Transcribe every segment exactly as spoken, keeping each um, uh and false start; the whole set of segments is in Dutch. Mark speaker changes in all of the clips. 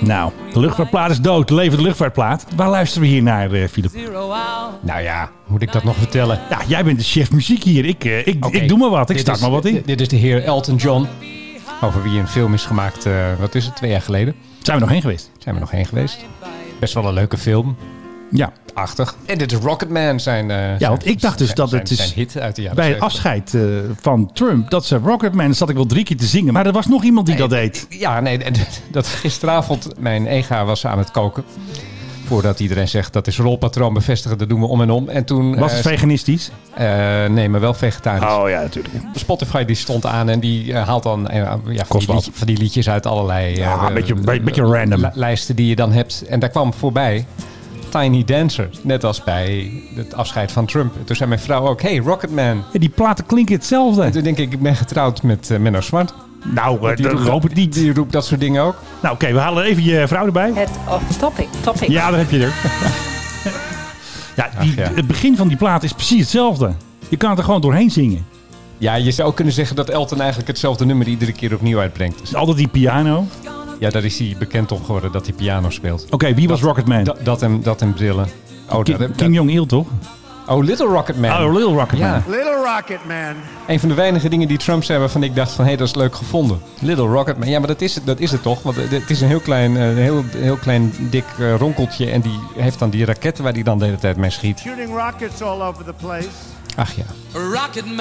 Speaker 1: Nou, de luchtvaartplaat is dood. De levende luchtvaartplaat. Waar luisteren we hier naar, uh, Philip?
Speaker 2: Nou ja, moet ik dat nog vertellen?
Speaker 1: Ja, jij bent de chef muziek hier. Ik, uh, ik, okay. ik doe maar wat. Ik start maar wat in.
Speaker 2: Dit, dit is de heer Elton John. Over wie een film is gemaakt, uh, wat is het, twee jaar geleden.
Speaker 1: Zijn we nog heen geweest?
Speaker 2: Zijn we nog heen geweest. Best wel een leuke film.
Speaker 1: Ja.
Speaker 2: Achtig. En dit is Rocketman, zijn, uh,
Speaker 1: ja, want ik dacht dus
Speaker 2: zijn,
Speaker 1: dat
Speaker 2: zijn,
Speaker 1: het is
Speaker 2: zijn hit uit de jaren
Speaker 1: bij het afscheid uh, van Trump, dat ze Rocketman, zat ik wel drie keer te zingen. Maar er was nog iemand die nee, dat deed.
Speaker 2: Ja, nee, dat gisteravond, mijn ega was aan het koken. Voordat iedereen zegt, dat is rolpatroon bevestigen, dat doen we om en om. En toen,
Speaker 1: was het uh, veganistisch?
Speaker 2: Uh, nee, maar wel vegetarisch.
Speaker 1: Oh ja, natuurlijk.
Speaker 2: Spotify die stond aan en die uh, haalt dan uh, ja, van, die liedje, van die liedjes uit allerlei uh,
Speaker 1: ja, een beetje, uh, beetje random.
Speaker 2: Li- lijsten die je dan hebt. En daar kwam voorbij Tiny Dancer. Net als bij het afscheid van Trump. En toen zei mijn vrouw ook, hey, Rocketman.
Speaker 1: Ja, die platen klinken hetzelfde.
Speaker 2: En toen denk ik, ik ben getrouwd met uh, Menno Zwart.
Speaker 1: Nou,
Speaker 2: die
Speaker 1: dat hoop ik niet.
Speaker 2: Die roept dat soort dingen ook.
Speaker 1: Nou, oké, okay, we halen even je vrouw erbij.
Speaker 3: Het off-topic. Topic.
Speaker 1: Ja, daar heb je er. ja, die, Ach, ja, het begin van die plaat is precies hetzelfde. Je kan het er gewoon doorheen zingen.
Speaker 2: Ja, je zou kunnen zeggen dat Elton eigenlijk hetzelfde nummer iedere keer opnieuw uitbrengt.
Speaker 1: Dus altijd die piano.
Speaker 2: Ja, daar is hij bekend om geworden dat hij piano speelt.
Speaker 1: Oké, okay, wie was
Speaker 2: dat,
Speaker 1: Rocketman?
Speaker 2: Dat, dat en dat en brillen.
Speaker 1: Oh, Kim, dat, Kim Jong-il toch?
Speaker 2: Oh, Little Rocketman.
Speaker 1: Oh, Little Rocketman.
Speaker 2: Ja.
Speaker 4: Little Rocketman.
Speaker 2: Een van de weinige dingen die Trump zei waarvan ik dacht van, hé, hey, dat is leuk gevonden. Little Rocketman. Ja, maar dat is het, dat is het toch? Want het is een heel klein, een heel, heel klein dik uh, ronkeltje en die heeft dan die raketten waar hij dan de hele tijd mee schiet.
Speaker 4: Shooting rockets all over the place.
Speaker 2: Ach ja.
Speaker 5: Rocketman.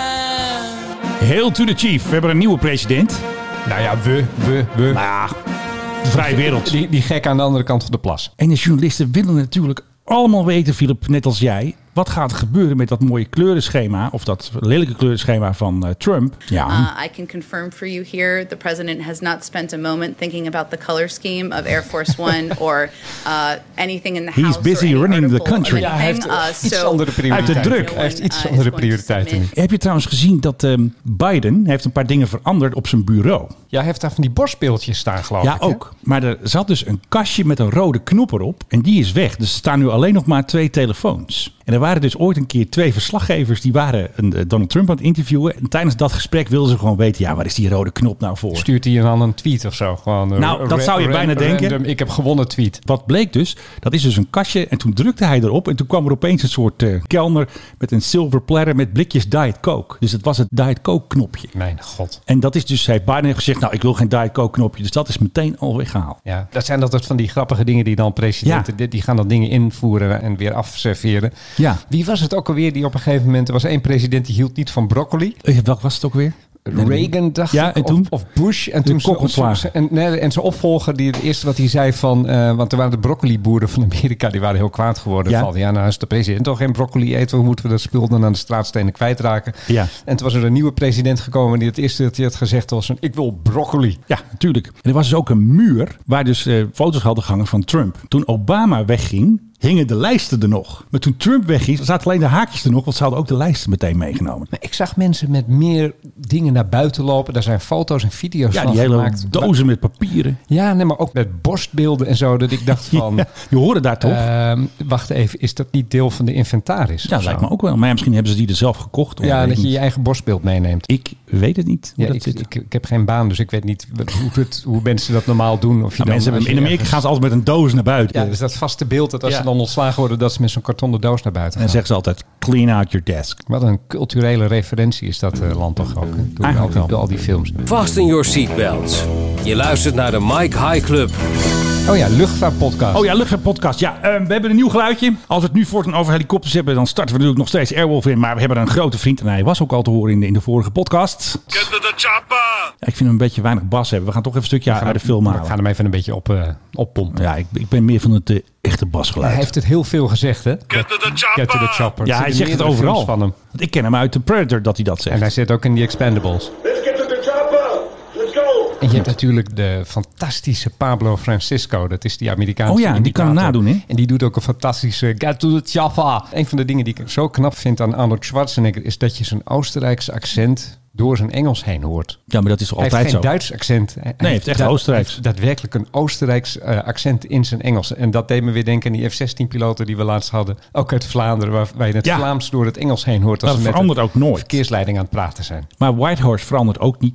Speaker 1: Hail to the chief. We hebben een nieuwe president.
Speaker 2: Nou ja, we, we, we.
Speaker 1: Nou ja, de vrije wereld.
Speaker 2: Die, die gek aan de andere kant van de plas.
Speaker 1: En de journalisten willen natuurlijk allemaal weten, Philip, net als jij. Wat gaat er gebeuren met dat mooie kleurenschema of dat lelijke kleurenschema van uh, Trump? Ja.
Speaker 6: Uh, I can confirm for you here, the president has not spent a moment thinking about the color scheme of Air Force One or uh, anything in the
Speaker 1: He's
Speaker 6: house.
Speaker 1: He's busy running the country.
Speaker 2: Ja, hij heeft
Speaker 6: uh,
Speaker 2: iets
Speaker 6: so
Speaker 2: andere prioriteiten.
Speaker 1: Uit de druk.
Speaker 2: Hij heeft iets uh, andere prioriteiten nu.
Speaker 1: Heb je trouwens gezien dat um, Biden heeft een paar dingen veranderd op zijn bureau?
Speaker 2: Ja, hij heeft daar van die borstbeeldjes staan, geloof
Speaker 1: ja,
Speaker 2: ik.
Speaker 1: Ja, ook. Hè? Maar er zat dus een kastje met een rode knop erop en die is weg. Dus er staan nu alleen nog maar twee telefoons. En er waren dus ooit een keer twee verslaggevers die waren een, uh, Donald Trump aan het interviewen. En tijdens dat gesprek wilden ze gewoon weten, ja, waar is die rode knop nou voor?
Speaker 2: Stuurt hij dan een tweet of zo? Gewoon, uh,
Speaker 1: nou, dat ra- zou je ra- bijna
Speaker 2: random,
Speaker 1: denken.
Speaker 2: Ik heb gewonnen tweet.
Speaker 1: Wat bleek dus, dat is dus een kastje en toen drukte hij erop en toen kwam er opeens een soort uh, kelner met een silver platter met blikjes Diet Coke. Dus het was het Diet Coke knopje.
Speaker 2: Mijn god.
Speaker 1: En dat is dus, heeft Biden heeft gezegd, nou, ik wil geen Diet Coke knopje. Dus dat is meteen al weggehaald.
Speaker 2: Ja, dat zijn altijd van die grappige dingen die dan presidenten, ja. die gaan dan dingen invoeren en weer afserveren.
Speaker 1: Ja.
Speaker 2: Wie was het ook alweer die op een gegeven moment, er was één president die hield niet van broccoli.
Speaker 1: Welk was het ook weer?
Speaker 2: Reagan, dacht
Speaker 1: ja,
Speaker 2: ik,
Speaker 1: en toen?
Speaker 2: Of, of Bush. En toen
Speaker 1: kokkelslagen.
Speaker 2: En, nee, en zijn opvolger, die, het eerste wat hij zei van, uh, want er waren de broccoliboeren van Amerika, die waren heel kwaad geworden.
Speaker 1: Ja,
Speaker 2: van, ja nou is de president toch geen broccoli eten, hoe moeten we dat spul dan aan de straatstenen kwijtraken?
Speaker 1: Ja.
Speaker 2: En toen was er een nieuwe president gekomen die het eerste dat hij had gezegd was, ik wil broccoli.
Speaker 1: Ja, natuurlijk. En er was dus ook een muur waar dus uh, foto's hadden gehangen van Trump. Toen Obama wegging, hingen de lijsten er nog. Maar toen Trump wegging, zaten alleen de haakjes er nog, want ze hadden ook de lijsten meteen meegenomen.
Speaker 2: Maar ik zag mensen met meer dingen naar buiten lopen. Daar zijn foto's en video's
Speaker 1: ja,
Speaker 2: van
Speaker 1: die hele
Speaker 2: gemaakt.
Speaker 1: dozen met papieren.
Speaker 2: Ja, nee, maar ook met borstbeelden en zo. Dat ik dacht van...
Speaker 1: Ja, je hoorde daar toch?
Speaker 2: Uh, wacht even, is dat niet deel van de inventaris?
Speaker 1: Ja, dat lijkt me ook wel. Maar ja, misschien hebben ze die er zelf gekocht.
Speaker 2: Ja, dat je je eigen borstbeeld meeneemt.
Speaker 1: Ik weet het niet.
Speaker 2: Ja, ik, ik, ik heb geen baan, dus ik weet niet hoe, het, hoe mensen dat normaal doen. Of je
Speaker 1: nou,
Speaker 2: dan,
Speaker 1: mensen, in Amerika ergens... gaan ze altijd met een doos naar buiten.
Speaker 2: Ja, dus dat vaste beeld dat als ja. ze dan ontslagen worden, dat ze met zo'n kartonnen doos naar buiten gaan.
Speaker 1: En zeggen ze altijd, clean out your desk.
Speaker 2: Wat een culturele referentie is dat uh, land toch ook. Door al die, door al die films.
Speaker 5: Fasten your seatbelts. Je luistert naar de Mike High Club.
Speaker 2: Oh ja, luchtvaartpodcast.
Speaker 1: Oh ja, luchtvaartpodcast. Ja, uh, we hebben een nieuw geluidje. Als we het nu voortaan over helikopters hebben, dan starten we natuurlijk nog steeds Airwolf in. Maar we hebben een grote vriend en hij was ook al te horen in de, in de vorige podcast.
Speaker 4: Get to the chopper!
Speaker 1: Ja, ik vind hem een beetje weinig bas hebben. We gaan toch even een stukje uit de film halen.
Speaker 2: We gaan hem even een beetje op, uh, oppompen.
Speaker 1: Ja, ik, ik ben meer van het uh, echte basgeluid.
Speaker 2: Hij heeft het heel veel gezegd, hè?
Speaker 4: Get to the chopper!
Speaker 2: Get to the chopper.
Speaker 1: Ja, hij zegt het overal.
Speaker 2: Van hem.
Speaker 1: Want ik ken hem uit The Predator dat hij dat zegt.
Speaker 2: En hij zit ook in The Expendables.
Speaker 4: Let's get to the chopper! Let's go!
Speaker 2: En je hebt natuurlijk de fantastische Pablo Francisco. Dat is die Amerikaanse
Speaker 1: Oh ja, en die kan hem nadoen, hè?
Speaker 2: En die doet ook een fantastische Get to the chopper. Een van de dingen die ik zo knap vind aan Arnold Schwarzenegger is dat je zijn Oostenrijkse accent door zijn Engels heen hoort.
Speaker 1: Ja, maar dat is toch altijd zo?
Speaker 2: Hij heeft geen Duits accent. Hij
Speaker 1: nee, hij heeft echt da- Oostenrijks.
Speaker 2: Heeft daadwerkelijk een Oostenrijks uh, accent in zijn Engels. En dat deed me weer denken aan die F zestien piloten die we laatst hadden. Ook uit Vlaanderen, waar, waar je het ja. Vlaams door het Engels heen hoort. Als
Speaker 1: dat
Speaker 2: ze
Speaker 1: verandert
Speaker 2: met
Speaker 1: ook nooit.
Speaker 2: Verkeersleiding aan het praten zijn.
Speaker 1: Maar Whitehorse verandert ook niet.
Speaker 7: This is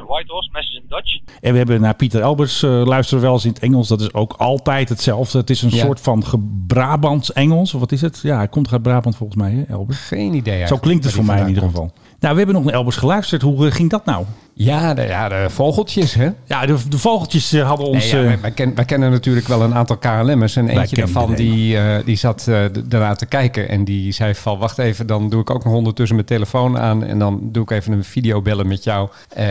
Speaker 3: a White Horse, Message in Dutch.
Speaker 1: En we hebben naar Pieter Elbers uh, luisteren wel eens in het Engels. Dat is ook altijd hetzelfde. Het is een ja. soort van Brabants Engels. Of wat is het? Ja, hij komt uit Brabant volgens mij, hè, Elbers.
Speaker 2: Geen idee.
Speaker 1: Zo klinkt het voor mij in ieder geval. Komt. Nou, we hebben nog naar Elbers geluisterd. Hoe uh, ging dat nou?
Speaker 2: Ja, de, ja, de vogeltjes, hè?
Speaker 1: Ja, de, de vogeltjes uh, hadden ons...
Speaker 2: Nee, ja,
Speaker 1: uh,
Speaker 2: wij, wij, ken, wij kennen natuurlijk wel een aantal K L M'ers. En eentje daarvan, die, uh, die zat uh, daarna te kijken. En die zei van, wacht even, dan doe ik ook nog ondertussen mijn telefoon aan. En dan doe ik even een videobellen met jou.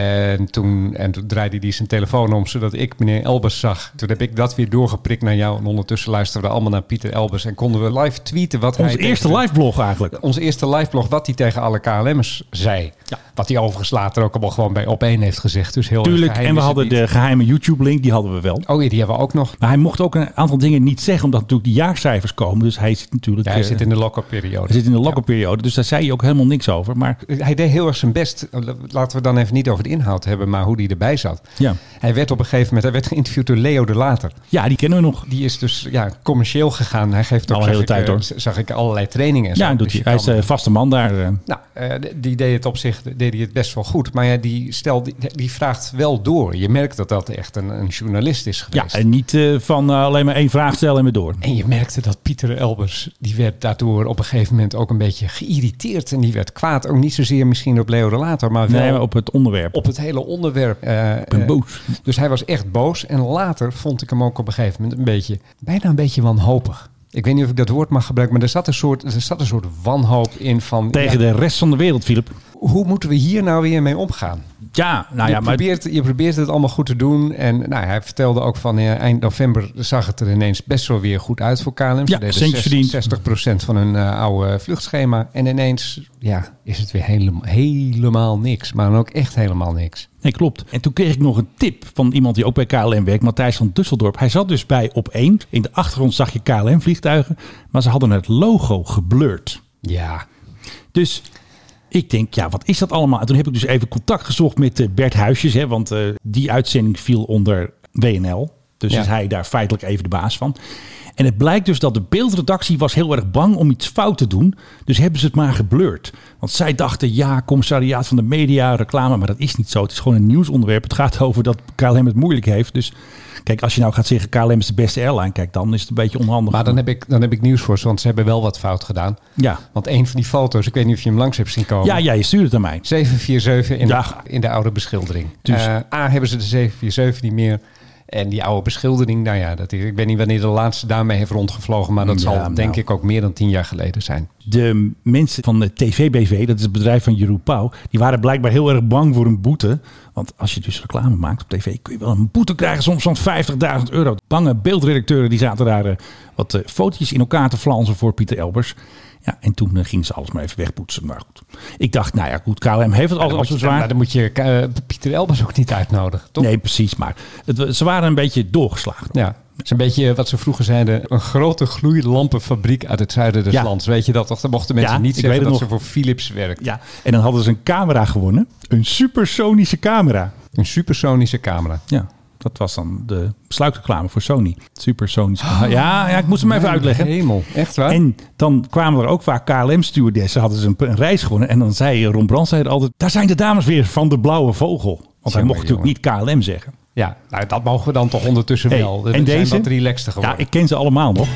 Speaker 2: En toen, en toen draaide hij zijn telefoon om, zodat ik meneer Elbers zag. Toen heb ik dat weer doorgeprikt naar jou. En ondertussen luisterden we allemaal naar Pieter Elbers. En konden we live tweeten wat
Speaker 1: Ons
Speaker 2: hij...
Speaker 1: Onze eerste
Speaker 2: tegen,
Speaker 1: liveblog eigenlijk.
Speaker 2: Onze eerste liveblog, wat hij tegen alle K L M'ers zei. Ja. Wat hij overigens later ook allemaal gewoon bij Op één heeft gezegd. Dus heel
Speaker 1: Tuurlijk, en we hadden de geheime YouTube-link, die hadden we wel.
Speaker 2: Oh ja, die hebben we ook nog.
Speaker 1: Maar hij mocht ook een aantal dingen niet zeggen, omdat natuurlijk die jaarcijfers komen. Dus hij zit natuurlijk...
Speaker 2: Ja, hij
Speaker 1: uh,
Speaker 2: zit in de lock-up periode.
Speaker 1: Hij zit in de lock-up periode, ja. Dus daar zei hij ook helemaal niks over. Maar
Speaker 2: hij deed heel erg zijn best. Laten we dan even niet over de inhoud hebben, maar hoe die erbij zat.
Speaker 1: Ja.
Speaker 2: Hij werd op een gegeven moment, hij werd geïnterviewd door Leo de Later.
Speaker 1: Ja, die kennen we nog.
Speaker 2: Die is dus ja, commercieel gegaan. Hij geeft ook,
Speaker 1: al een hele
Speaker 2: ik,
Speaker 1: tijd, hoor.
Speaker 2: Zag ik allerlei trainingen. En zo.
Speaker 1: Ja, doet
Speaker 2: dus
Speaker 1: hij. Hij is de vaste man daar. Uh.
Speaker 2: Nou, uh, die deed het op zich, deed hij het best wel goed. Maar ja, die stel, die, die vraagt wel door. Je merkt dat dat echt een, een journalist is geweest.
Speaker 1: Ja, en niet uh, van uh, alleen maar één vraag stellen en weer door.
Speaker 2: En je merkte dat Pieter Elbers, die werd daardoor op een gegeven moment ook een beetje geïrriteerd. En die werd kwaad. Ook niet zozeer misschien op Leo de Later, maar wel
Speaker 1: nee, maar op het onderwerp.
Speaker 2: Op het hele onderwerp. Uh,
Speaker 1: ik ben boos.
Speaker 2: Uh, dus hij was echt boos. En later vond ik hem ook op een gegeven moment een beetje, bijna een beetje wanhopig. Ik weet niet of ik dat woord mag gebruiken, maar er zat een soort, er zat een soort wanhoop in van...
Speaker 1: Tegen ja, de rest van de wereld, Philip.
Speaker 2: Hoe moeten we hier nou weer mee omgaan?
Speaker 1: Ja, nou ja,
Speaker 2: je,
Speaker 1: maar...
Speaker 2: probeert, je probeert het allemaal goed te doen. En nou, hij vertelde ook van ja, eind november zag het er ineens best wel weer goed uit voor K L M. Ze
Speaker 1: ja,
Speaker 2: deden zestig procent van hun uh, oude vluchtschema. En ineens ja, is het weer helemaal, helemaal niks. Maar dan ook echt helemaal niks.
Speaker 1: Nee, klopt. En toen kreeg ik nog een tip van iemand die ook bij K L M werkt, Matthijs van Dusseldorp. Hij zat dus bij Op één. In de achtergrond zag je K L M-vliegtuigen, maar ze hadden het logo geblurred.
Speaker 2: Ja.
Speaker 1: Dus ik denk, ja, wat is dat allemaal? En toen heb ik dus even contact gezocht met uh, Bert Huisjes, hè, want uh, die uitzending viel onder W N L. Dus ja. is hij daar feitelijk even de baas van. En het blijkt dus dat de beeldredactie was heel erg bang om iets fout te doen. Dus hebben ze het maar geblurred. Want zij dachten, ja, commissariaat van de media, reclame. Maar dat is niet zo. Het is gewoon een nieuwsonderwerp. Het gaat over dat K L M het moeilijk heeft. Dus kijk, als je nou gaat zeggen K L M is de beste airline. Kijk, dan is het een beetje onhandig.
Speaker 2: Maar dan heb ik, dan heb ik nieuws voor ze. Want ze hebben wel wat fout gedaan.
Speaker 1: Ja.
Speaker 2: Want een van die foto's, ik weet niet of je hem langs hebt zien komen.
Speaker 1: Ja, ja, je stuurde het aan mij.
Speaker 2: zeven vier zeven in,
Speaker 1: ja.
Speaker 2: de, in de oude beschildering.
Speaker 1: Dus.
Speaker 2: Uh, A, hebben ze de zeven vier zeven niet meer. En die oude beschildering, nou ja, dat is, ik weet niet wanneer de laatste daarmee heeft rondgevlogen. Maar dat ja, zal nou. denk ik ook meer dan tien jaar geleden zijn.
Speaker 1: De mensen van de T V B V, dat is het bedrijf van Jeroen Pauw, die waren blijkbaar heel erg bang voor een boete. Want als je dus reclame maakt op tv, kun je wel een boete krijgen, soms van vijftigduizend euro. Bange beeldredacteuren die zaten daar uh, wat uh, fotootjes in elkaar te flansen voor Pieter Elbers. Ja, en toen uh, gingen ze alles maar even wegpoetsen. Maar goed, ik dacht, nou ja, goed, K L M heeft het altijd al zo zwaar.
Speaker 2: Maar dan moet je uh, Pieter Elbers ook niet uitnodigen, toch?
Speaker 1: Nee, precies, maar het, ze waren een beetje doorgeslagen.
Speaker 2: Ja. Het is een beetje wat ze vroeger zeiden, een grote gloeilampenfabriek uit het zuiden des ja. lands. Weet je dat toch? Dan mochten mensen ja, niet zeggen dat nog. ze voor Philips werken.
Speaker 1: Ja, en dan hadden ze een camera gewonnen. Een supersonische camera.
Speaker 2: Een supersonische camera.
Speaker 1: Ja, dat was dan de sluitreclame voor Sony. Supersonische camera. Oh, ja, ja, ik moest hem even uitleggen.
Speaker 2: Hemel, echt waar?
Speaker 1: En dan kwamen er ook vaak K L M-stewardessen, hadden ze een, een reis gewonnen. En dan zei Ron Brands altijd, daar zijn de dames weer van de blauwe vogel. Want jongen, hij mocht natuurlijk jongen. niet K L M zeggen.
Speaker 2: Ja, nou, dat mogen we dan toch ondertussen
Speaker 1: hey,
Speaker 2: wel.
Speaker 1: En deze?
Speaker 2: Zijn wat relaxter geworden.
Speaker 1: Ja, ik ken ze allemaal nog.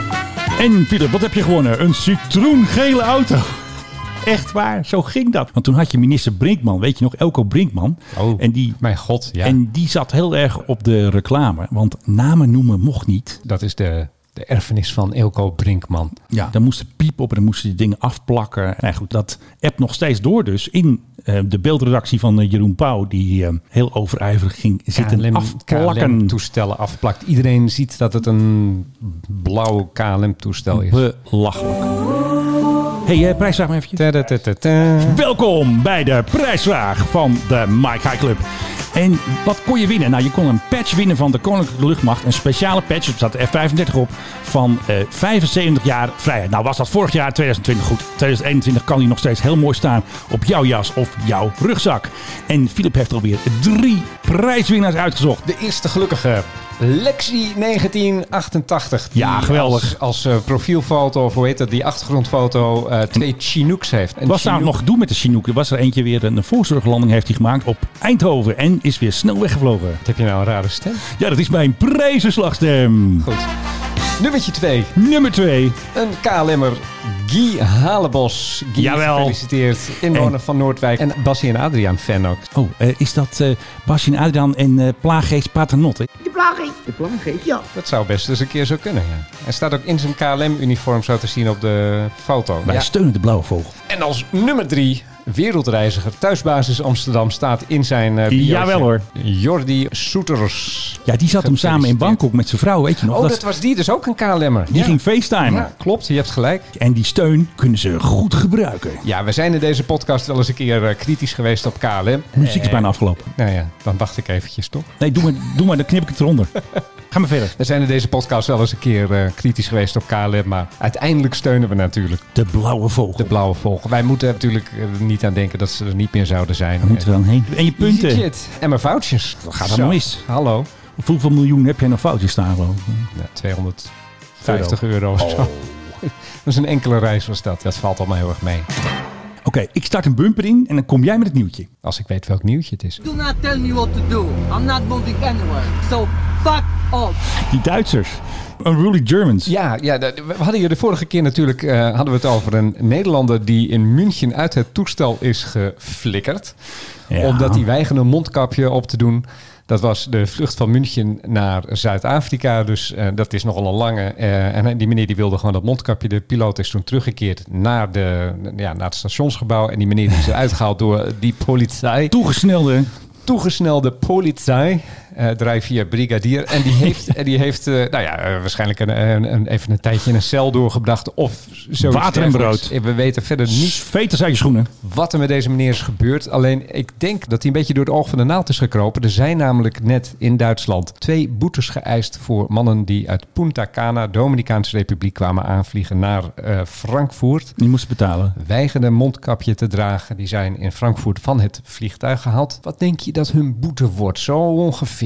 Speaker 1: En Philip, wat heb je gewonnen? Een citroengele auto. Echt waar, zo ging dat. Want toen had je minister Brinkman, weet je nog, Elko Brinkman.
Speaker 2: Oh,
Speaker 1: en die,
Speaker 2: mijn god, ja.
Speaker 1: En die zat heel erg op de reclame. Want namen noemen mocht niet.
Speaker 2: Dat is de... De erfenis van Elko Brinkman.
Speaker 1: Ja, dan moesten piep op en dan moesten die dingen afplakken. Nou goed, dat appt nog steeds door dus in uh, de beeldredactie van uh, Jeroen Pauw. Die uh, heel overijverig ging zitten K L M, afplakken.
Speaker 2: K L M-toestellen afplakt. Iedereen ziet dat het een blauw K L M-toestel is.
Speaker 1: Belachelijk. Hé, hey, uh, prijsvraag maar eventjes.
Speaker 2: Ta-da-ta-ta-ta.
Speaker 1: Welkom bij de prijsvraag van de Mike High Club. En wat kon je winnen? Nou, je kon een patch winnen van de Koninklijke Luchtmacht. Een speciale patch, er staat de F vijfendertig op, van uh, vijfenzeventig jaar vrijheid. Nou was dat vorig jaar twintig twintig goed. twintig eenentwintig kan die nog steeds heel mooi staan op jouw jas of jouw rugzak. En Philip heeft alweer drie prijswinnaars uitgezocht.
Speaker 2: De eerste gelukkige... Lexi negentien achtentachtig. Die
Speaker 1: ja, geweldig.
Speaker 2: Als, als uh, profielfoto, of hoe heet dat, die achtergrondfoto, uh, twee Chinooks heeft.
Speaker 1: Wat was nou nog gedoe met de Chinook? Er was er eentje weer, een voorzorglanding heeft hij gemaakt op Eindhoven en is weer snel weggevlogen.
Speaker 2: Wat heb je nou een rare stem?
Speaker 1: Ja, dat is mijn prijzenslagstem.
Speaker 2: Goed. Nummertje twee.
Speaker 1: Nummer twee.
Speaker 2: Een K L M'er, Guy Halebos. Guy,
Speaker 1: Jawel.
Speaker 2: Gefeliciteerd. Inwoner en... van Noordwijk. En Bassie en Adriaan fan ook.
Speaker 1: Oh, uh, is dat uh, Bassie en Adriaan en uh, Plaaggeest Paternotte?
Speaker 3: De Plaaggeest. De Plaaggeest, ja.
Speaker 2: Dat zou best eens een keer zo kunnen, ja. Hij staat ook in zijn K L M-uniform zo te zien op de foto.
Speaker 1: Wij
Speaker 2: ja.
Speaker 1: steunen de blauwe vogel.
Speaker 2: En als nummer drie... Wereldreiziger, thuisbasis Amsterdam, staat in zijn uh, biootje.
Speaker 1: Jawel hoor.
Speaker 2: Jordi Soeters.
Speaker 1: Ja, die zat hem samen in Bangkok met zijn vrouw, weet je nog?
Speaker 2: Oh, dat,
Speaker 1: dat
Speaker 2: was die dus ook een K L M'er.
Speaker 1: Die
Speaker 2: ja.
Speaker 1: ging facetimen.
Speaker 2: Ja, klopt, je hebt gelijk.
Speaker 1: En die steun kunnen ze goed gebruiken.
Speaker 2: Ja, we zijn in deze podcast wel eens een keer uh, kritisch geweest op K L M.
Speaker 1: Muziek is bijna afgelopen.
Speaker 2: Nou ja, dan wacht ik eventjes, toch?
Speaker 1: Nee, doe maar, doe maar, dan knip ik het eronder. Ga maar verder.
Speaker 2: We zijn in deze podcast wel eens een keer uh, kritisch geweest op K L M, maar uiteindelijk steunen we natuurlijk
Speaker 1: de blauwe vogel.
Speaker 2: De blauwe vogel. Wij moeten natuurlijk uh, niet aan denken dat ze er niet meer zouden zijn.
Speaker 1: Daar moeten we dan heen. En je punten.
Speaker 2: Shit. En mijn foutjes.
Speaker 1: Dat gaat allemaal mis.
Speaker 2: Hallo.
Speaker 1: Op hoeveel miljoen heb jij nog foutjes staan, geloof ik?
Speaker 2: Ja, tweehonderdvijftig euro of zo. Dat is een enkele reis was dat. Dat valt allemaal heel erg mee.
Speaker 1: Oké, okay, ik start een bumper in en dan kom jij met het nieuwtje.
Speaker 2: Als ik weet welk nieuwtje het is.
Speaker 3: Do not tell me what to do. I'm not moving anywhere. So fuck off.
Speaker 1: Die Duitsers. Unruly Germans.
Speaker 2: Ja, ja, we hadden hier de vorige keer natuurlijk uh, hadden we het over een Nederlander die in München uit het toestel is geflikkerd. Ja. Omdat hij weigerde een mondkapje op te doen. Dat was de vlucht van München naar Zuid-Afrika. Dus uh, dat is nogal een lange. Uh, en die meneer die wilde gewoon dat mondkapje. De piloot is toen teruggekeerd naar, de, ja, naar het stationsgebouw. En die meneer die is eruit gehaald door die politie.
Speaker 1: Toegesnelde.
Speaker 2: Toegesnelde politie. Uh, drijf via brigadier. En die heeft, en die heeft uh, nou ja, uh, waarschijnlijk een, een, een, even een tijdje in een cel doorgebracht. Of zoiets.
Speaker 1: Water en brood.
Speaker 2: We weten verder niet.
Speaker 1: Veters uit je schoenen.
Speaker 2: Wat er met deze meneer is gebeurd. Alleen ik denk dat hij een beetje door het oog van de naald is gekropen. Er zijn namelijk net in Duitsland twee boetes geëist voor mannen die uit Punta Cana, Dominicaanse Republiek, kwamen aanvliegen naar uh, Frankfurt.
Speaker 1: Die moesten betalen.
Speaker 2: Weigerden een mondkapje te dragen. Die zijn in Frankfurt van het vliegtuig gehaald. Wat denk je dat hun boete wordt? Zo ongeveer.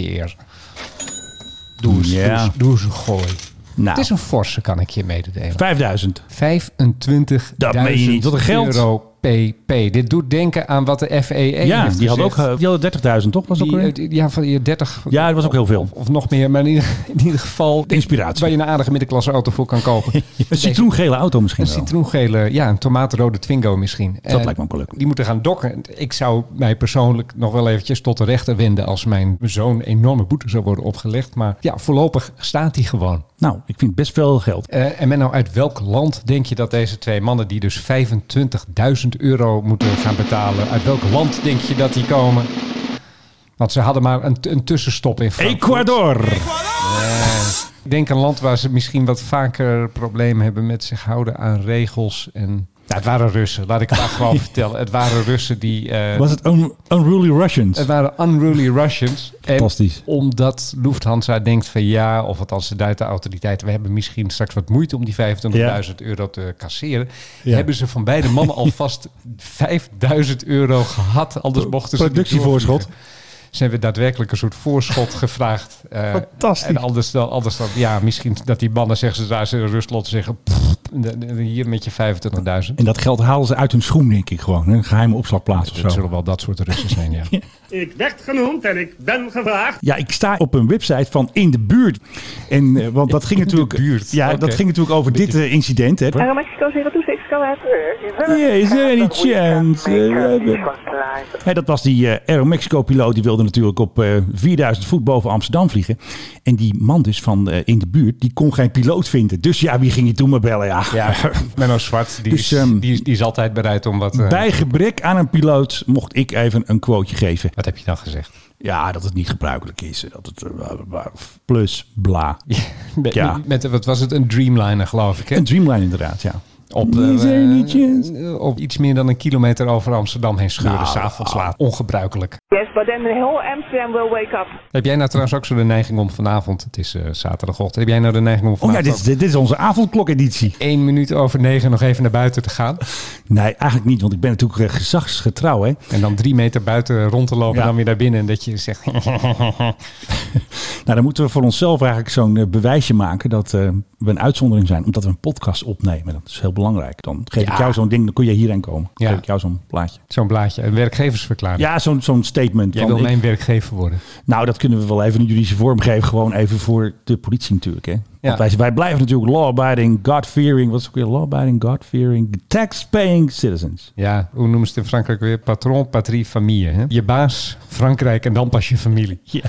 Speaker 2: Doe eens,
Speaker 1: ja.
Speaker 2: doe eens, doe eens een gooi.
Speaker 1: Nou.
Speaker 2: Het is een forse, kan ik je mededelen.
Speaker 1: vijfduizend.
Speaker 2: vijfentwintigduizend
Speaker 1: Dat meen je niet. Wat een geld.
Speaker 2: Euro P P. Dit doet denken aan wat de F A A
Speaker 1: ja,
Speaker 2: heeft
Speaker 1: die had ook,
Speaker 2: gezegd.
Speaker 1: uh, die hadden dertigduizend, toch? Was
Speaker 2: Die,
Speaker 1: ook
Speaker 2: uh, ja, van je dertig.
Speaker 1: Ja, dat was ook heel veel.
Speaker 2: Of, of nog meer, maar in ieder, in ieder geval...
Speaker 1: De inspiratie.
Speaker 2: Waar je een aardige middenklasse auto voor kan kopen.
Speaker 1: Een citroengele auto misschien
Speaker 2: Een
Speaker 1: wel.
Speaker 2: citroengele, ja, een tomatenrode Twingo misschien.
Speaker 1: Dat uh, lijkt me ook wel leuk.
Speaker 2: Die moeten gaan dokken. Ik zou mij persoonlijk nog wel eventjes tot de rechter wenden als mijn zo'n enorme boete zou worden opgelegd. Maar ja, voorlopig staat die gewoon.
Speaker 1: Nou, ik vind best veel geld.
Speaker 2: Uh, en men nou, uit welk land denk je dat deze twee mannen die dus vijfentwintigduizend euro moeten gaan betalen, uit welk land denk je dat die komen? Want ze hadden maar een, een tussenstop in Frankfurt.
Speaker 1: Ecuador!
Speaker 2: Uh, ik denk een land waar ze misschien wat vaker problemen hebben met zich houden aan regels en... Ja, het waren Russen, laat ik het maar gewoon vertellen. Het waren Russen die... Uh,
Speaker 1: Was het un- Unruly Russians?
Speaker 2: Het waren Unruly Russians.
Speaker 1: Fantastisch.
Speaker 2: En omdat Lufthansa denkt van ja, of althans de Duitse autoriteiten, we hebben misschien straks wat moeite om die vijfentwintigduizend euro te casseren. Ja. Hebben ze van beide mannen alvast vijfduizend euro gehad, anders mochten ze...
Speaker 1: Productievoorschot.
Speaker 2: Ze hebben daadwerkelijk een soort voorschot gevraagd. Uh,
Speaker 1: Fantastisch.
Speaker 2: En anders dan, anders dan, ja, misschien dat die mannen zeggen ze daar ze in Rusland zeggen, pff, hier met je vijfentwintigduizend.
Speaker 1: En dat geld halen ze uit hun schoen, denk ik gewoon. Een geheime opslagplaats of zo.
Speaker 2: Dat zullen wel dat soort Russen zijn, ja.
Speaker 1: Ja.
Speaker 4: Ik werd genoemd en ik ben gevraagd.
Speaker 1: Ja, ik sta op een website van In de Buurt. En, uh, want dat ging natuurlijk...
Speaker 2: buurt.
Speaker 1: Ja,
Speaker 2: Okay.
Speaker 1: dat ging natuurlijk over dit uh, incident. Hè.
Speaker 7: Aeromexico zero two six, go ahead.
Speaker 1: Yeah, is there any chance? Uh, hey, dat was die uh, Aeromexico-piloot. Die wilde natuurlijk op uh, vierduizend voet boven Amsterdam vliegen. En die man dus van uh, In de Buurt, die kon geen piloot vinden. Dus ja, wie ging je toen maar bellen? Ja,
Speaker 2: ja Menno Zwart, die,
Speaker 1: dus,
Speaker 2: is,
Speaker 1: um,
Speaker 2: die, is, die is altijd bereid om wat... Uh...
Speaker 1: Bij gebrek aan een piloot mocht ik even een quoteje geven.
Speaker 2: Wat heb je dan gezegd?
Speaker 1: Ja, dat het niet gebruikelijk is. Dat het uh, plus bla.
Speaker 2: Ja, met,
Speaker 1: ja.
Speaker 2: met, wat was het? Een Dreamliner, geloof ik. Hè?
Speaker 1: Een Dreamliner inderdaad, ja.
Speaker 2: Op, uh, op iets meer dan een kilometer over Amsterdam heen scheuren, nou, 's avonds laat. Ongebruikelijk.
Speaker 7: Yes, but then the whole Amsterdam will wake up.
Speaker 2: Heb jij nou trouwens ook zo de neiging om vanavond, het is uh, zaterdagochtend, heb jij nou de neiging om vanavond...
Speaker 1: Oh ja, dit is, dit is onze avondklok-editie.
Speaker 2: Eén minuut over negen nog even naar buiten te gaan?
Speaker 1: Nee, eigenlijk niet, want ik ben natuurlijk uh, gezagsgetrouw, hè.
Speaker 2: En dan drie meter buiten rond te lopen ja. en dan weer naar binnen en dat je zegt...
Speaker 1: nou, dan moeten we voor onszelf eigenlijk zo'n uh, bewijsje maken dat uh, we een uitzondering zijn, omdat we een podcast opnemen. Dat is heel belangrijk. Dan geef ja. ik jou zo'n ding, dan kun je hierheen komen. Dan ja. geef ik jou zo'n plaatje.
Speaker 2: Zo'n blaadje, een werkgeversverklaring.
Speaker 1: Ja, zo'n, zo'n statement.
Speaker 2: Jij wil ik, mijn werkgever worden.
Speaker 1: Nou, dat kunnen we wel even in juridische vorm geven. Gewoon even voor de politie natuurlijk. Hè? Ja. Wij, wij blijven natuurlijk law-abiding, God-fearing. Wat is ook weer law-abiding, God-fearing, tax-paying citizens.
Speaker 2: Ja, hoe noemen ze het in Frankrijk weer? Patron, patrie, familie. Hè? Je baas, Frankrijk en dan pas je familie.
Speaker 1: Ja.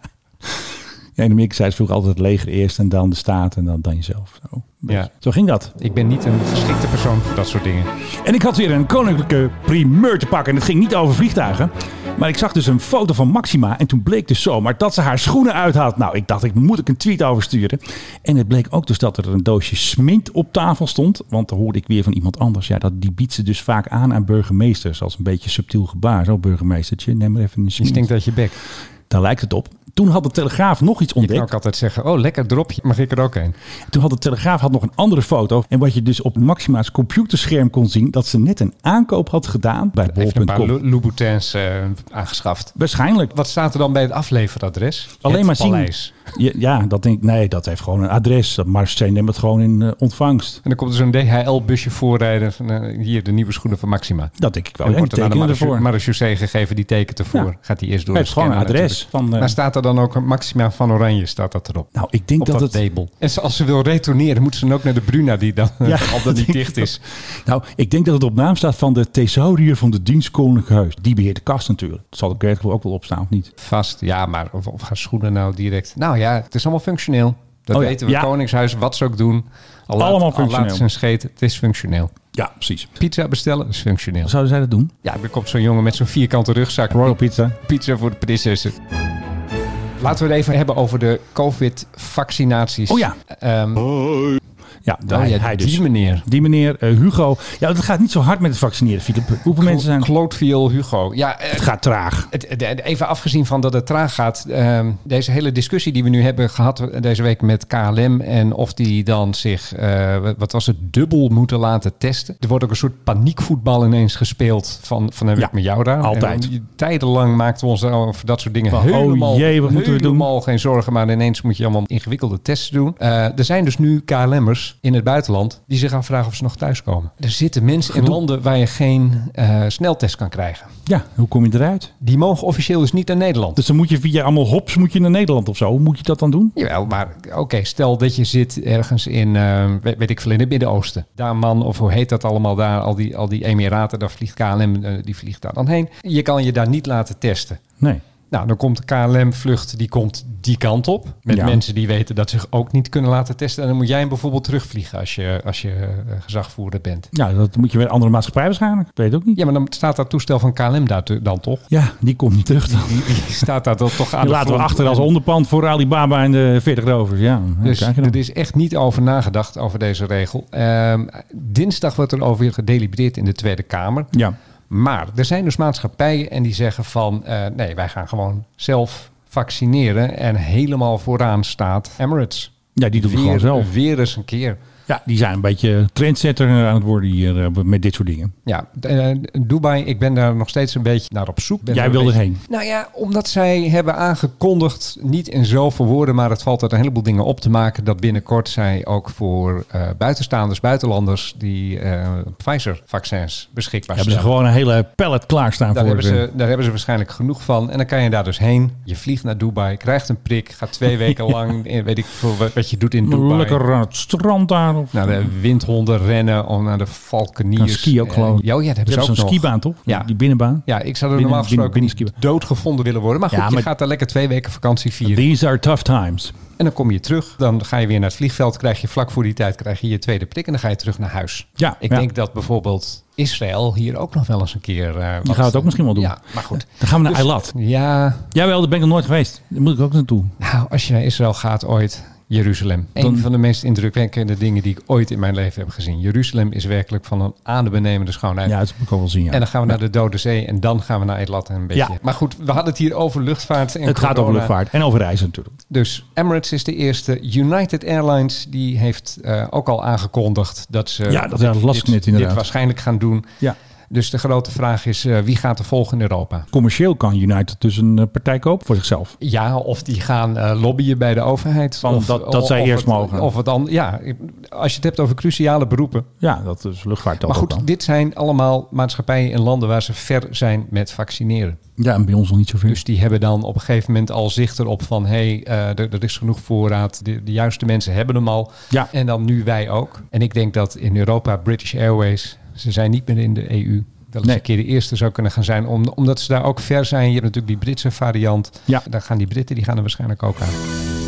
Speaker 1: Ja, in Amerika zei ze vroeger altijd het leger eerst en dan de staat en dan, dan jezelf. Zo,
Speaker 2: ja.
Speaker 1: Zo ging dat.
Speaker 2: Ik ben niet een geschikte persoon voor dat soort dingen.
Speaker 1: En ik had weer een koninklijke primeur te pakken. En het ging niet over vliegtuigen. Maar ik zag dus een foto van Maxima. En toen bleek dus zomaar dat ze haar schoenen uit had. Nou, ik dacht, ik moet ik een tweet over sturen. En het bleek ook dus dat er een doosje smint op tafel stond. Want dan hoorde ik weer van iemand anders. Ja, dat, die biedt ze dus vaak aan aan burgemeesters. Als een beetje subtiel gebaar. Zo, burgemeestertje, neem maar even een smint.
Speaker 2: Je stinkt uit je bek.
Speaker 1: Daar lijkt het op. Toen had de Telegraaf nog iets ontdekt.
Speaker 2: Je kan ook altijd zeggen, oh lekker dropje, mag ik er ook een?
Speaker 1: Toen had de Telegraaf had nog een andere foto. En wat je dus op Maxima's computerscherm kon zien, dat ze net een aankoop had gedaan bij bol punt com.
Speaker 2: Heeft een paar Louboutins uh, aangeschaft.
Speaker 1: Waarschijnlijk.
Speaker 2: Wat staat er dan bij het afleveradres?
Speaker 1: Alleen
Speaker 2: het
Speaker 1: maar
Speaker 2: paleis.
Speaker 1: zien. Ja, ja, dat denk ik. Nee, dat heeft gewoon een adres. Marseille neemt het gewoon in uh, ontvangst.
Speaker 2: En dan komt er zo'n D H L-busje voorrijden. Van, uh, hier, de nieuwe schoenen van Maxima.
Speaker 1: Dat denk ik wel.
Speaker 2: En wordt er aan de marechaussee marechaussee gegeven, die tekent ervoor. Ja. Gaat die eerst door.
Speaker 1: Het heeft gewoon een adres. Van, uh,
Speaker 2: maar staat er dan ook Maxima van Oranje, staat dat erop?
Speaker 1: Nou, ik denk
Speaker 2: op
Speaker 1: dat,
Speaker 2: dat
Speaker 1: het...
Speaker 2: label. En als ze wil retourneren, moet ze dan ook naar de Bruna, die dan ja, al dan niet dicht is.
Speaker 1: Dat... Nou, ik denk dat het op naam staat van de thesaurier van de dienst Koninklijk Huis. Die beheert de kast natuurlijk. Dat zal de kerk ook wel opstaan, of niet?
Speaker 2: Vast, ja, maar of, of gaan schoenen nou direct... Nou ja, het is allemaal functioneel. Dat oh, weten we. Ja. Koningshuis, wat ze ook doen. Al laat,
Speaker 1: allemaal
Speaker 2: al
Speaker 1: functioneel.
Speaker 2: Laat ze een scheet, het is functioneel.
Speaker 1: Ja, precies.
Speaker 2: Pizza bestellen is functioneel.
Speaker 1: Zouden zij dat doen?
Speaker 2: Ja, er komt zo'n jongen met zo'n vierkante rugzak.
Speaker 1: Royal Pizza.
Speaker 2: Pizza voor de prinsessen. Laten we het even hebben over de COVID-vaccinaties.
Speaker 1: Oh ja.
Speaker 2: Um,
Speaker 1: oh. Ja,
Speaker 2: oh, hij, ja, hij die dus. meneer.
Speaker 1: Die meneer uh, Hugo. Ja, het gaat niet zo hard met het vaccineren, Philip. Hoeveel Cl- mensen zijn...
Speaker 2: Clotilde Hugo. Ja, uh,
Speaker 1: het gaat traag.
Speaker 2: Het, het, even afgezien van dat het traag gaat. Uh, deze hele discussie die we nu hebben gehad deze week met K L M. En of die dan zich, uh, wat was het, dubbel moeten laten testen. Er wordt ook een soort paniekvoetbal ineens gespeeld van, van heb ja, ik met jou daar.
Speaker 1: Altijd.
Speaker 2: En tijdenlang maakten we ons over dat soort dingen van, helemaal,
Speaker 1: oh jee, wat moeten we doen?
Speaker 2: Helemaal geen zorgen. Maar ineens moet je allemaal ingewikkelde testen doen. Uh, er zijn dus nu K L M'ers in het buitenland die zich afvragen of ze nog thuiskomen. Er zitten mensen in landen waar je geen uh, sneltest kan krijgen.
Speaker 1: Ja, hoe kom je eruit?
Speaker 2: Die mogen officieel dus niet naar Nederland.
Speaker 1: Dus dan moet je via allemaal hops moet je naar Nederland of zo. Hoe moet je dat dan doen?
Speaker 2: Jawel, maar oké, okay, stel dat je zit ergens in, uh, weet, weet ik veel, in het Midden-Oosten. Daar man, of hoe heet dat allemaal daar, al die, al die Emiraten, daar vliegt K L M, uh, die vliegt daar dan heen. Je kan je daar niet laten testen.
Speaker 1: Nee.
Speaker 2: Nou, dan komt de K L M-vlucht, die komt die kant op. Met ja. mensen die weten dat ze zich ook niet kunnen laten testen. En dan moet jij hem bijvoorbeeld terugvliegen als je, als je uh, gezagvoerder bent.
Speaker 1: Ja, dat moet je bij een andere maatschappij waarschijnlijk. Ik weet het ook niet.
Speaker 2: Ja, maar dan staat dat toestel van K L M daar te, dan toch?
Speaker 1: Ja, die komt niet terug dan.
Speaker 2: Die, die, die staat daar toch aan die
Speaker 1: de laten we achter als onderpand voor Alibaba en de veertig rovers. Ja,
Speaker 2: dus er is echt niet over nagedacht over deze regel. Uh, dinsdag wordt er over gedelibereerd in de Tweede Kamer.
Speaker 1: Ja.
Speaker 2: Maar er zijn dus maatschappijen en die zeggen van... Uh, nee, wij gaan gewoon zelf vaccineren. En helemaal vooraan staat Emirates.
Speaker 1: Ja, die doen het
Speaker 2: weer,
Speaker 1: gewoon zelf.
Speaker 2: Weer eens een keer.
Speaker 1: Ja, die zijn een beetje trendsetter aan het worden hier uh, met dit soort dingen.
Speaker 2: Ja, uh, Dubai, ik ben daar nog steeds een beetje naar op zoek. Ben
Speaker 1: Jij wil
Speaker 2: beetje,
Speaker 1: erheen?
Speaker 2: Nou ja, omdat zij hebben aangekondigd, niet in zoveel woorden, maar het valt uit een heleboel dingen op te maken, dat binnenkort zij ook voor uh, buitenstaanders, buitenlanders, die uh, Pfizer-vaccins beschikbaar
Speaker 1: hebben
Speaker 2: stellen.
Speaker 1: Ze gewoon een hele pallet klaarstaan
Speaker 2: daar
Speaker 1: voor.
Speaker 2: Hebben ze, daar hebben ze waarschijnlijk genoeg van. En dan kan je daar dus heen. Je vliegt naar Dubai, krijgt een prik, gaat twee weken lang, weet ik veel wat je doet in Dubai.
Speaker 1: Lekker aan het strand daar. Of...
Speaker 2: Naar de windhonden rennen, om naar de valkeniers.
Speaker 1: Ski ook gewoon.
Speaker 2: Uh, oh ja, dat hebben ze ook
Speaker 1: zo'n
Speaker 2: nog.
Speaker 1: skibaan toch?
Speaker 2: Ja.
Speaker 1: Die binnenbaan.
Speaker 2: Ja, ik zou er normaal gesproken doodgevonden willen worden. Maar goed, ja, maar je gaat daar lekker twee weken vakantie vieren.
Speaker 1: These are tough times.
Speaker 2: En dan kom je terug. Dan ga je weer naar het vliegveld. Krijg je vlak voor die tijd krijg je je tweede prik. En dan ga je terug naar huis.
Speaker 1: Ja,
Speaker 2: ik
Speaker 1: ja.
Speaker 2: denk dat bijvoorbeeld Israël hier ook nog wel eens een keer... Uh,
Speaker 1: die gaat het ook misschien wel doen.
Speaker 2: Ja, maar goed.
Speaker 1: Dan gaan we naar
Speaker 2: dus,
Speaker 1: Eilat.
Speaker 2: Ja.
Speaker 1: Jawel, daar ben ik nog nooit geweest. Daar moet ik ook naartoe.
Speaker 2: Nou, als je naar Israël gaat ooit... Jeruzalem.
Speaker 1: Dan-
Speaker 2: Een van de meest indrukwekkende dingen die ik ooit in mijn leven heb gezien. Jeruzalem is werkelijk van een adembenemende schoonheid.
Speaker 1: Ja, dat moet ik ook wel zien. Ja.
Speaker 2: En dan gaan we
Speaker 1: Ja.
Speaker 2: naar de Dode Zee en dan gaan we naar Eilat en een beetje.
Speaker 1: Ja.
Speaker 2: Maar goed, we hadden het hier over luchtvaart en
Speaker 1: Het gaat
Speaker 2: corona.
Speaker 1: over luchtvaart en over reizen natuurlijk.
Speaker 2: Dus Emirates is de eerste. United Airlines die heeft uh, ook al aangekondigd dat ze
Speaker 1: Ja, dat ja, las ik
Speaker 2: dit,
Speaker 1: net inderdaad.
Speaker 2: dit waarschijnlijk gaan doen.
Speaker 1: Ja.
Speaker 2: Dus de grote vraag is, uh, wie gaat er volgen in Europa?
Speaker 1: Commercieel kan United dus een uh, partij kopen voor zichzelf.
Speaker 2: Ja, of die gaan uh, lobbyen bij de overheid.
Speaker 1: Van
Speaker 2: of,
Speaker 1: dat- dat zij
Speaker 2: of
Speaker 1: eerst
Speaker 2: het,
Speaker 1: mogen.
Speaker 2: Of het dan, ja, als je het hebt over cruciale beroepen.
Speaker 1: Ja, dat is luchtvaart.
Speaker 2: Maar goed, dit zijn allemaal maatschappijen in landen waar ze ver zijn met vaccineren.
Speaker 1: Ja, en bij ons nog niet zoveel.
Speaker 2: Dus die hebben dan op een gegeven moment al zicht erop van... hé, hey, uh, er, er is genoeg voorraad. De, de juiste mensen hebben hem al.
Speaker 1: Ja.
Speaker 2: En dan nu wij ook. En ik denk dat in Europa British Airways... ze zijn niet meer in de E U... wel eens
Speaker 1: Nee.
Speaker 2: een keer de eerste zou kunnen gaan zijn. Om, omdat ze daar ook ver zijn. Je hebt natuurlijk die Britse variant.
Speaker 1: Ja.
Speaker 2: Daar gaan die Britten die gaan er waarschijnlijk ook aan.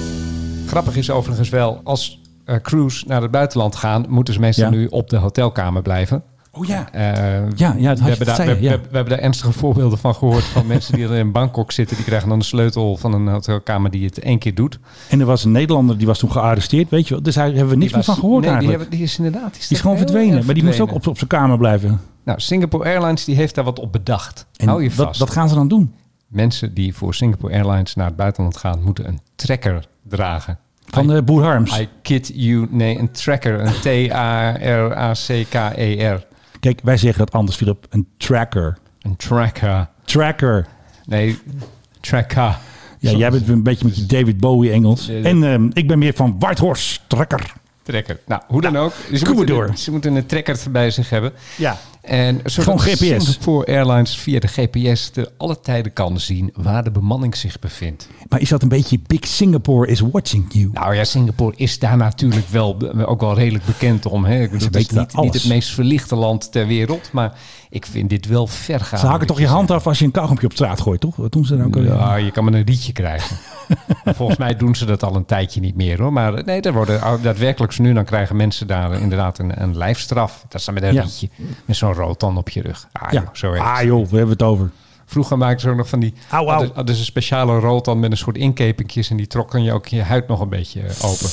Speaker 2: Grappig is overigens wel... als uh, crews naar het buitenland gaan... moeten ze meestal
Speaker 1: Ja.
Speaker 2: nu op de hotelkamer blijven.
Speaker 1: Oh ja.
Speaker 2: Uh,
Speaker 1: Ja, ja, dat had
Speaker 2: we,
Speaker 1: je
Speaker 2: hebben daar,
Speaker 1: gezegd,
Speaker 2: we,
Speaker 1: ja.
Speaker 2: we, we hebben daar ernstige voorbeelden van gehoord van mensen die er in Bangkok zitten. Die krijgen dan de sleutel van een hotelkamer die het één keer doet.
Speaker 1: En er was een Nederlander die was toen gearresteerd, weet je wel. Dus daar hebben we niks
Speaker 2: Die
Speaker 1: meer van
Speaker 2: was-
Speaker 1: gehoord
Speaker 2: nee, die,
Speaker 1: eigenlijk.
Speaker 2: hebben, die is inderdaad... Die is,
Speaker 1: Die is gewoon
Speaker 2: heel
Speaker 1: verdwenen.
Speaker 2: erg
Speaker 1: Maar die moest ook
Speaker 2: verdwenen.
Speaker 1: op, op zijn kamer blijven.
Speaker 2: Nou, Singapore Airlines die heeft daar wat op bedacht.
Speaker 1: En
Speaker 2: Hou je
Speaker 1: wat,
Speaker 2: vast.
Speaker 1: wat gaan ze dan doen?
Speaker 2: Mensen die voor Singapore Airlines naar het buitenland gaan... moeten een tracker dragen.
Speaker 1: Van
Speaker 2: I,
Speaker 1: de Boer Harms.
Speaker 2: I kid you. Nee, een tracker. Een T A R A C K E R.
Speaker 1: Kijk, wij zeggen dat anders, Philip. Een tracker.
Speaker 2: Een tracker.
Speaker 1: Tracker.
Speaker 2: Nee, tracker.
Speaker 1: Ja, jij bent een beetje met je David Bowie Engels.
Speaker 2: Ja, ja.
Speaker 1: En ehm, ik ben meer van Whitehorse. Tracker.
Speaker 2: Trekker. Nou, hoe dan ook. Ze
Speaker 1: kom maar
Speaker 2: moeten,
Speaker 1: door.
Speaker 2: een- ze moeten een trekker bij zich hebben.
Speaker 1: Ja.
Speaker 2: En zodat
Speaker 1: Gewoon G P S.
Speaker 2: Singapore Airlines via de G P S te alle tijden kan zien waar de bemanning zich bevindt.
Speaker 1: Maar is dat een beetje Big Singapore is watching you?
Speaker 2: Nou ja, Singapore is daar natuurlijk wel ook wel redelijk bekend om. Hè? Ik bedoel, het is
Speaker 1: weten
Speaker 2: niet,
Speaker 1: alles.
Speaker 2: niet het meest verlichte land ter wereld, maar ik vind dit wel ver gaan.
Speaker 1: Ze hakken toch je hand af als je een kauwgompje op straat gooit, toch? Wat doen ze dan ook alweer?
Speaker 2: Ja, je kan maar een rietje krijgen. Maar volgens mij doen ze dat al een tijdje niet meer hoor. Maar nee, er worden daadwerkelijk zo nu dan krijgen mensen daar inderdaad een, een lijfstraf. Dat is dan met een
Speaker 1: Ja.
Speaker 2: rietje. Met zo'n rotan op je rug. Ah,
Speaker 1: Ja.
Speaker 2: joh, zo erg.
Speaker 1: Ah joh, we hebben het over.
Speaker 2: Vroeger maakten ze ook nog van die...
Speaker 1: Au, au.
Speaker 2: Hadden, hadden ze een speciale rotan met een soort inkepingjes. En die trokken je ook je huid nog een beetje open.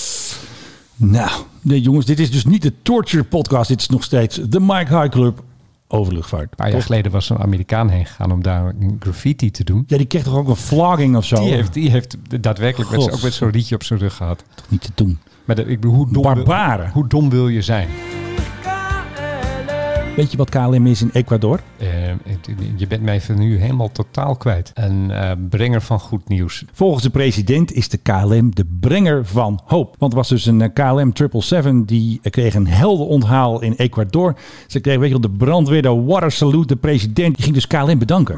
Speaker 1: Nou, nee jongens, dit is dus niet de Torture Podcast. Dit is nog steeds de Mike High Club over luchtvaart.
Speaker 2: Een paar jaar geleden was een Amerikaan heen gegaan om daar een graffiti te doen.
Speaker 1: Ja, die kreeg toch ook een flogging of zo?
Speaker 2: Die heeft, die heeft daadwerkelijk met,
Speaker 1: God.
Speaker 2: ook met zo'n rietje op zijn rug gehad.
Speaker 1: Toch niet te doen.
Speaker 2: Maar de, ik bedoel, hoe dom, wil,
Speaker 1: Barbaren.
Speaker 2: hoe dom wil je zijn?
Speaker 1: Weet je wat K L M is in Ecuador?
Speaker 2: Uh, je bent mij van nu helemaal totaal kwijt. Een uh, brenger van goed nieuws.
Speaker 1: Volgens de president is de K L M de brenger van hoop. Want er was dus een K L M zeven zevenenzeventig die kreeg een heldenonthaal in Ecuador. Ze kreeg, weet je wel, de brandweer, de water salute, de president. Die ging dus K L M bedanken.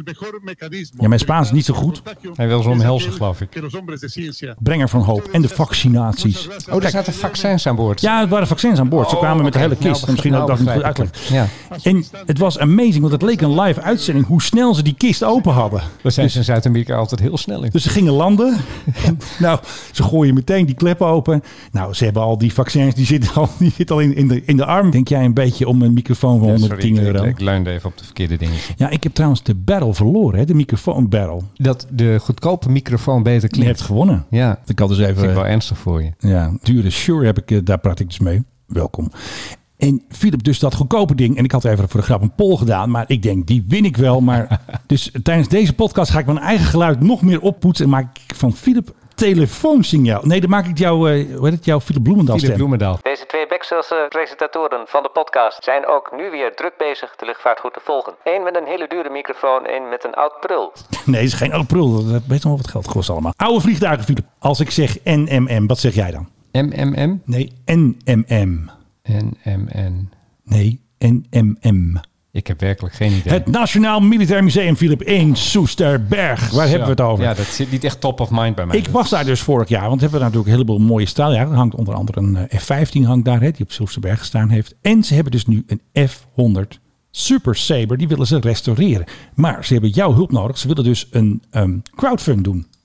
Speaker 1: Ja, mijn Spaans is niet zo goed.
Speaker 2: Hij wil ze omhelzen, geloof ik.
Speaker 1: Brenger van hoop. En de vaccinaties.
Speaker 2: Oh, er zaten vaccins aan boord.
Speaker 1: Ja, het waren vaccins aan boord. Ze
Speaker 2: Oh,
Speaker 1: kwamen met de
Speaker 2: oké.
Speaker 1: hele kist.
Speaker 2: Nou,
Speaker 1: Misschien
Speaker 2: nou
Speaker 1: had ik dat niet
Speaker 2: begrijp
Speaker 1: goed
Speaker 2: ik
Speaker 1: uitgelegd.
Speaker 2: het. Ja.
Speaker 1: En het was amazing, want het leek een live uitzending hoe snel ze die kist open hadden.
Speaker 2: Daar zijn ze in Zuid-Amerika altijd heel snel in.
Speaker 1: Dus ze gingen landen. Nou, ze gooien meteen die klep open. Nou, ze hebben al die vaccins, die zitten al, die zitten al in, in, de, in de arm. Denk jij een beetje om een microfoon van
Speaker 2: Ja,
Speaker 1: honderdtien
Speaker 2: sorry,
Speaker 1: euro?
Speaker 2: Ik, ik leunde even op de verkeerde dingetje.
Speaker 1: Ja, ik heb trouwens de battle verloren, hè? De microfoon battle.
Speaker 2: Dat de goedkope microfoon beter
Speaker 1: Je
Speaker 2: klinkt.
Speaker 1: hebt gewonnen.
Speaker 2: Ja,
Speaker 1: Ik had dus
Speaker 2: dat vind ik wel
Speaker 1: even,
Speaker 2: ernstig voor je.
Speaker 1: ja, dure Shure heb ik, eh, daar praat ik dus mee. Welkom. En Philip dus dat goedkope ding. En ik had even voor de grap een poll gedaan. Maar ik denk, die win ik wel. Maar dus tijdens deze podcast ga ik mijn eigen geluid nog meer oppoetsen. En maak ik van Philip telefoonsignaal. Nee, dan maak ik jou, uh, hoe heet het, jouw Philip Bloemendaal
Speaker 2: Philip
Speaker 1: stem.
Speaker 2: Bloemendaal.
Speaker 8: Deze twee Bexelse presentatoren van de podcast zijn ook nu weer druk bezig de luchtvaart goed te volgen. Eén met een hele dure microfoon, één met een oud prul.
Speaker 1: Nee, het is geen april. Dat weet nog wel wat geld kost allemaal. Oude vliegtuigen, Philip. Als ik zeg N M M, wat zeg jij dan?
Speaker 2: M M M?
Speaker 1: Nee, N M M.
Speaker 2: N M N.
Speaker 1: Nee, N M M.
Speaker 2: Ik heb werkelijk geen idee.
Speaker 1: Het Nationaal Militair Museum, Philip, in Soesterberg. Waar
Speaker 2: Zo.
Speaker 1: hebben we het over?
Speaker 2: Ja, dat zit niet echt top of mind bij mij.
Speaker 1: Ik was daar dus vorig jaar, want we hebben daar natuurlijk een heleboel mooie straaljagen. Er hangt onder andere een F vijftien hangt daar, hè, die op Soesterberg gestaan heeft. En ze hebben dus nu een F honderd Super Sabre, die willen ze restaureren. Maar ze hebben jouw hulp nodig. Ze willen dus een um, crowdfund doen.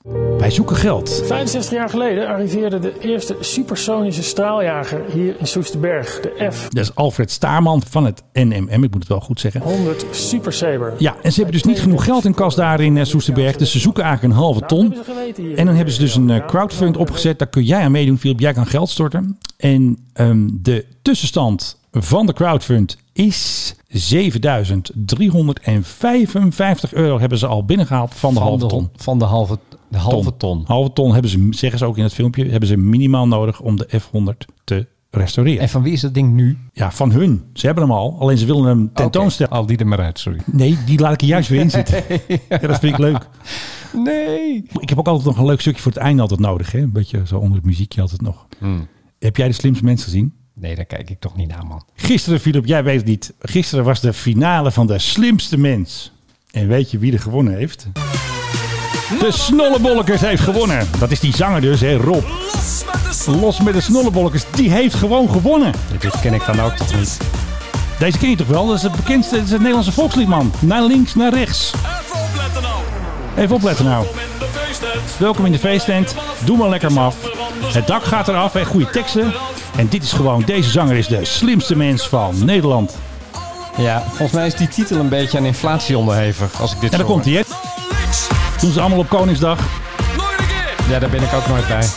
Speaker 1: Wij zoeken geld.
Speaker 9: vijfenzestig jaar geleden arriveerde de eerste supersonische straaljager hier in Soesterberg. De F
Speaker 1: Dat is Alfred Staarman van het N M M, ik moet het wel goed zeggen.
Speaker 9: honderd Super Saber.
Speaker 1: Ja, en ze hebben dus niet genoeg geld in kas daar in uh, Soesterberg. Dus ze zoeken eigenlijk een halve ton. En dan hebben ze dus een uh, crowdfund opgezet. Daar kun jij aan meedoen, Philip. Jij kan geld storten. En um, de tussenstand van de crowdfund is zevenduizend driehonderdvijfenvijftig euro hebben ze al binnengehaald van de
Speaker 2: van
Speaker 1: halve
Speaker 2: de,
Speaker 1: ton.
Speaker 2: Van de halve, de halve ton.
Speaker 1: Halve ton hebben ze, zeggen ze ook in het filmpje, hebben ze minimaal nodig om de F honderd te restaureren.
Speaker 2: En van wie is dat ding nu?
Speaker 1: Ja, van hun. Ze hebben hem al. Alleen ze willen hem tentoonstellen.
Speaker 2: Okay. Al die er maar uit, sorry.
Speaker 1: Nee, die laat ik er juist weer in zitten. Ja, dat vind ik leuk.
Speaker 2: Nee.
Speaker 1: Ik heb ook altijd nog een leuk stukje voor het einde altijd nodig. Hè? Een beetje zo onder het muziekje altijd nog.
Speaker 2: Hmm.
Speaker 1: Heb jij de slimste mensen gezien?
Speaker 2: Nee, daar kijk ik toch niet naar, man.
Speaker 1: Gisteren, Philip, jij weet het niet. Gisteren was de finale van de slimste mens. En weet je wie er gewonnen heeft? De Snollebollekes heeft gewonnen. Dat is die zanger dus, hè, Rob. Los met de Snollebollekes. Die heeft gewoon gewonnen.
Speaker 2: Dit ken ik dan ook toch niet.
Speaker 1: Deze ken je toch wel? Dat is het bekendste, dat is het Nederlandse volkslied, man. Naar links, naar rechts.
Speaker 10: Even opletten nou.
Speaker 1: Even opletten nou. Welkom in de feesttent. Doe maar lekker maf. Het dak gaat eraf, hè. Goede teksten. En dit is gewoon, deze zanger is de slimste mens van Nederland.
Speaker 2: Ja, volgens mij is die titel een beetje aan inflatie onderhevig. Als ik dit
Speaker 1: en dan komt hij, hè. Doen ze allemaal op Koningsdag.
Speaker 2: Ja, daar ben ik ook nooit bij.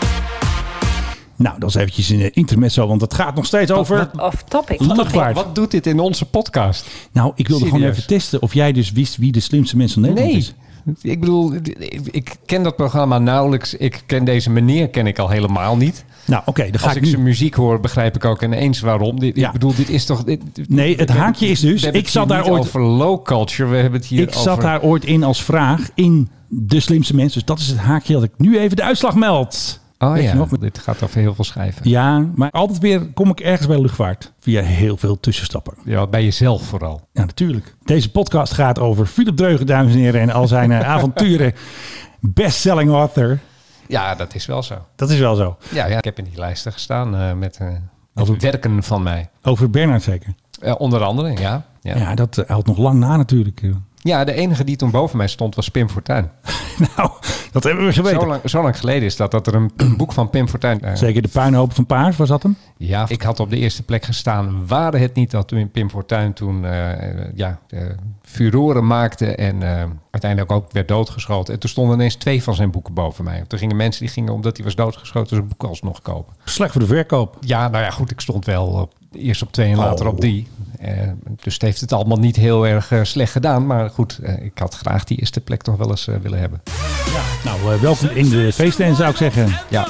Speaker 1: Nou, dat is eventjes een intermezzo, want het gaat nog steeds over...
Speaker 7: Off topic.
Speaker 1: Luchtvaart.
Speaker 2: Wat doet dit in onze podcast?
Speaker 1: Nou, ik wilde
Speaker 2: Serieus?
Speaker 1: gewoon even testen of jij dus wist wie de slimste mens van Nederland
Speaker 2: Nee.
Speaker 1: is.
Speaker 2: Ik bedoel, ik ken dat programma nauwelijks. Ik ken deze meneer ken ik al helemaal niet.
Speaker 1: Nou, oké, okay, dan ga
Speaker 2: Als
Speaker 1: ik,
Speaker 2: ik
Speaker 1: nu...
Speaker 2: zijn muziek hoor, begrijp ik ook ineens waarom. Dit,
Speaker 1: Ja.
Speaker 2: Ik bedoel, dit is toch... Dit,
Speaker 1: Nee, het haakje is dus...
Speaker 2: We hebben
Speaker 1: Ik
Speaker 2: het
Speaker 1: zat
Speaker 2: hier
Speaker 1: daar
Speaker 2: niet
Speaker 1: ooit...
Speaker 2: over low culture. We hebben het hier
Speaker 1: Ik
Speaker 2: over...
Speaker 1: zat daar ooit in als vraag in de slimste mens. Dus dat is het haakje dat ik nu even de uitslag meld.
Speaker 2: Oh
Speaker 1: Weet
Speaker 2: ja,
Speaker 1: je nog?
Speaker 2: dit gaat over heel veel schrijven.
Speaker 1: Ja, maar altijd weer kom ik ergens bij de luchtvaart. Via heel veel tussenstappen.
Speaker 2: Ja, bij jezelf vooral.
Speaker 1: Ja, natuurlijk. Deze podcast gaat over Philip Dreugen, dames en heren. En al zijn uh, avonturen. Bestselling author.
Speaker 2: Ja, dat is wel zo.
Speaker 1: Dat is wel zo.
Speaker 2: Ja, ja ik heb in die lijsten gestaan uh, met, uh, met
Speaker 1: Over-
Speaker 2: werken van mij.
Speaker 1: Over Bernard zeker.
Speaker 2: Uh, onder andere, ja. Ja.
Speaker 1: Ja, dat uh, houdt nog lang na natuurlijk.
Speaker 2: ja, de enige die toen boven mij stond was Pim Fortuyn.
Speaker 1: Nou, dat hebben we geweten.
Speaker 2: Zo lang, zo lang geleden is dat, dat er een, een boek van Pim Fortuyn... Uh,
Speaker 1: Zeker de puinhoop van Paars, was dat hem?
Speaker 2: Ja, ik had op de eerste plek gestaan. Waren het niet dat toen Pim Fortuyn toen uh, ja, uh, furoren maakte en uh, uiteindelijk ook werd doodgeschoten. En toen stonden ineens twee van zijn boeken boven mij. Toen gingen mensen die gingen, omdat hij was doodgeschoten, zijn boek alsnog kopen.
Speaker 1: Slecht voor de verkoop.
Speaker 2: Ja, nou ja, goed. Ik stond wel op, eerst op twee en later
Speaker 1: Oh.
Speaker 2: op drie. Uh, dus het heeft het allemaal niet heel erg uh, slecht gedaan. Maar goed, uh, ik had graag die eerste plek toch wel eens uh, willen hebben.
Speaker 1: Nou, uh, welkom in de feesttent zou ik zeggen.
Speaker 2: Ja.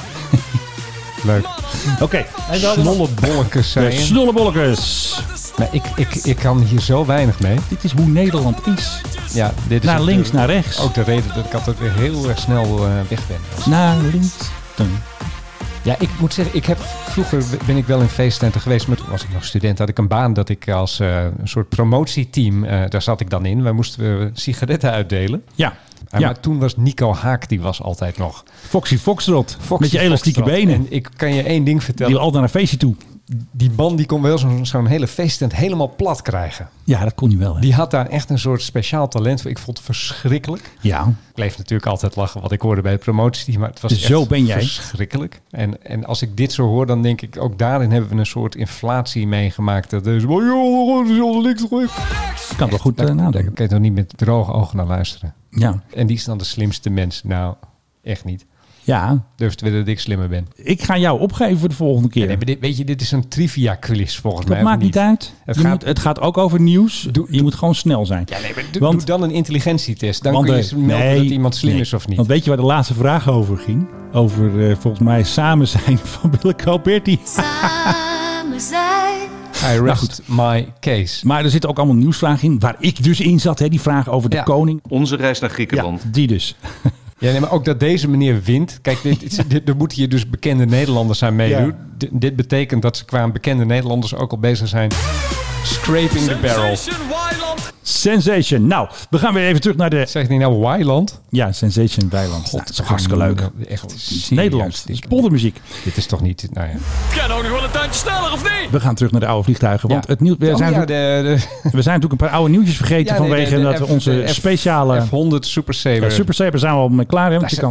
Speaker 2: Leuk.
Speaker 1: Oké. Okay.
Speaker 2: Snollebollekes zijn.
Speaker 1: De Snollebollekes.
Speaker 2: Maar ik, ik, ik kan hier zo weinig mee.
Speaker 1: Dit is hoe Nederland is.
Speaker 2: Ja, dit is
Speaker 1: Naar
Speaker 2: ook
Speaker 1: links,
Speaker 2: de,
Speaker 1: naar rechts.
Speaker 2: Ook de reden dat ik altijd weer heel erg snel uh, weg ben. Als...
Speaker 1: Naar links. Dan.
Speaker 2: Ja, ik moet zeggen, ik heb, vroeger ben ik wel in feesttenten geweest. Maar toen was ik nog student, had ik een baan dat ik als uh, een soort promotieteam, uh, daar zat ik dan in. Wij moesten uh, sigaretten uitdelen.
Speaker 1: Ja.
Speaker 2: Uh,
Speaker 1: ja.
Speaker 2: Maar toen was Nico Haak, die was altijd nog.
Speaker 1: Foxy Foxtrot.
Speaker 2: Foxy
Speaker 1: met je elastieke
Speaker 2: Foxtrot.
Speaker 1: benen.
Speaker 2: En ik kan je één ding vertellen.
Speaker 1: Die wil altijd naar een feestje toe.
Speaker 2: Die man die kon wel zo'n zo'n hele feesttent helemaal plat krijgen.
Speaker 1: Ja, dat kon hij wel. Hè?
Speaker 2: Die had daar echt een soort speciaal talent voor. Ik vond het verschrikkelijk.
Speaker 1: Ja.
Speaker 2: Ik bleef natuurlijk altijd lachen wat ik hoorde bij het promotieteam. Maar het was
Speaker 1: Zo
Speaker 2: echt
Speaker 1: ben jij.
Speaker 2: verschrikkelijk. En, en als ik dit zo hoor, dan denk ik... ook daarin hebben we een soort inflatie meegemaakt. Dat is...
Speaker 1: Ik kan wel goed uh,
Speaker 2: Daar
Speaker 1: nadenken.
Speaker 2: kan je toch niet met droge ogen naar luisteren.
Speaker 1: Ja.
Speaker 2: En die is dan de slimste mens. Nou, echt niet.
Speaker 1: Ja.
Speaker 2: Durft weer dat ik slimmer ben.
Speaker 1: Ik ga jou opgeven voor de volgende keer.
Speaker 2: Ja, nee, maar dit, weet je, dit is een trivia quiz volgens
Speaker 1: dat
Speaker 2: mij.
Speaker 1: maakt niet uit.
Speaker 2: Het
Speaker 1: Je
Speaker 2: gaat,
Speaker 1: moet, het gaat ook over nieuws.
Speaker 2: Doe,
Speaker 1: je moet gewoon snel zijn.
Speaker 2: Ja, nee, maar doe,
Speaker 1: want,
Speaker 2: doe dan een intelligentietest. Dan
Speaker 1: want,
Speaker 2: kun je eens melden
Speaker 1: nee,
Speaker 2: dat iemand slim
Speaker 1: nee.
Speaker 2: is of niet.
Speaker 1: Want weet je waar de laatste vraag over ging? Over uh, volgens mij samen zijn van Willeke Alberti.
Speaker 11: Samen zijn.
Speaker 2: I rest nou my case.
Speaker 1: Maar er zitten ook allemaal nieuwsvragen in. Waar ik dus in zat. Hè, die vraag over de
Speaker 2: ja.
Speaker 1: koning.
Speaker 12: Onze reis naar Griekenland.
Speaker 1: Ja, die dus.
Speaker 2: Ja, nee, maar ook dat deze meneer wint. Kijk, dit, dit, er moeten hier dus bekende Nederlanders aan meedoen. Ja. D- dit betekent dat ze qua bekende Nederlanders ook al bezig zijn. Scraping the barrel.
Speaker 1: Sensation. Nou, we gaan weer even terug naar de...
Speaker 2: Zeg je nou Weiland?
Speaker 1: Ja, Sensation Weiland.
Speaker 2: God,
Speaker 1: nou, dat is toch hartstikke leuk.
Speaker 2: Echt serieus,
Speaker 1: Nederlands. Het is poldermuziek.
Speaker 2: Dit is toch niet... Nou ja.
Speaker 10: Kan ook nog wel een tandje sneller, of niet?
Speaker 1: We gaan terug naar de oude vliegtuigen. Want
Speaker 2: Ja.
Speaker 1: het nieuw, we,
Speaker 2: Oh,
Speaker 1: zijn
Speaker 2: ja,
Speaker 1: ook,
Speaker 2: de, de,
Speaker 1: we zijn natuurlijk een paar oude nieuwtjes vergeten.
Speaker 2: Ja, nee,
Speaker 1: vanwege
Speaker 2: de- de
Speaker 1: dat we
Speaker 2: F-
Speaker 1: onze
Speaker 2: de F-
Speaker 1: speciale...
Speaker 2: F honderd Super Saber.
Speaker 1: Ja, Super Saber zijn we al mee klaar. Hè, want die
Speaker 2: Daar-
Speaker 1: kant.
Speaker 2: daar-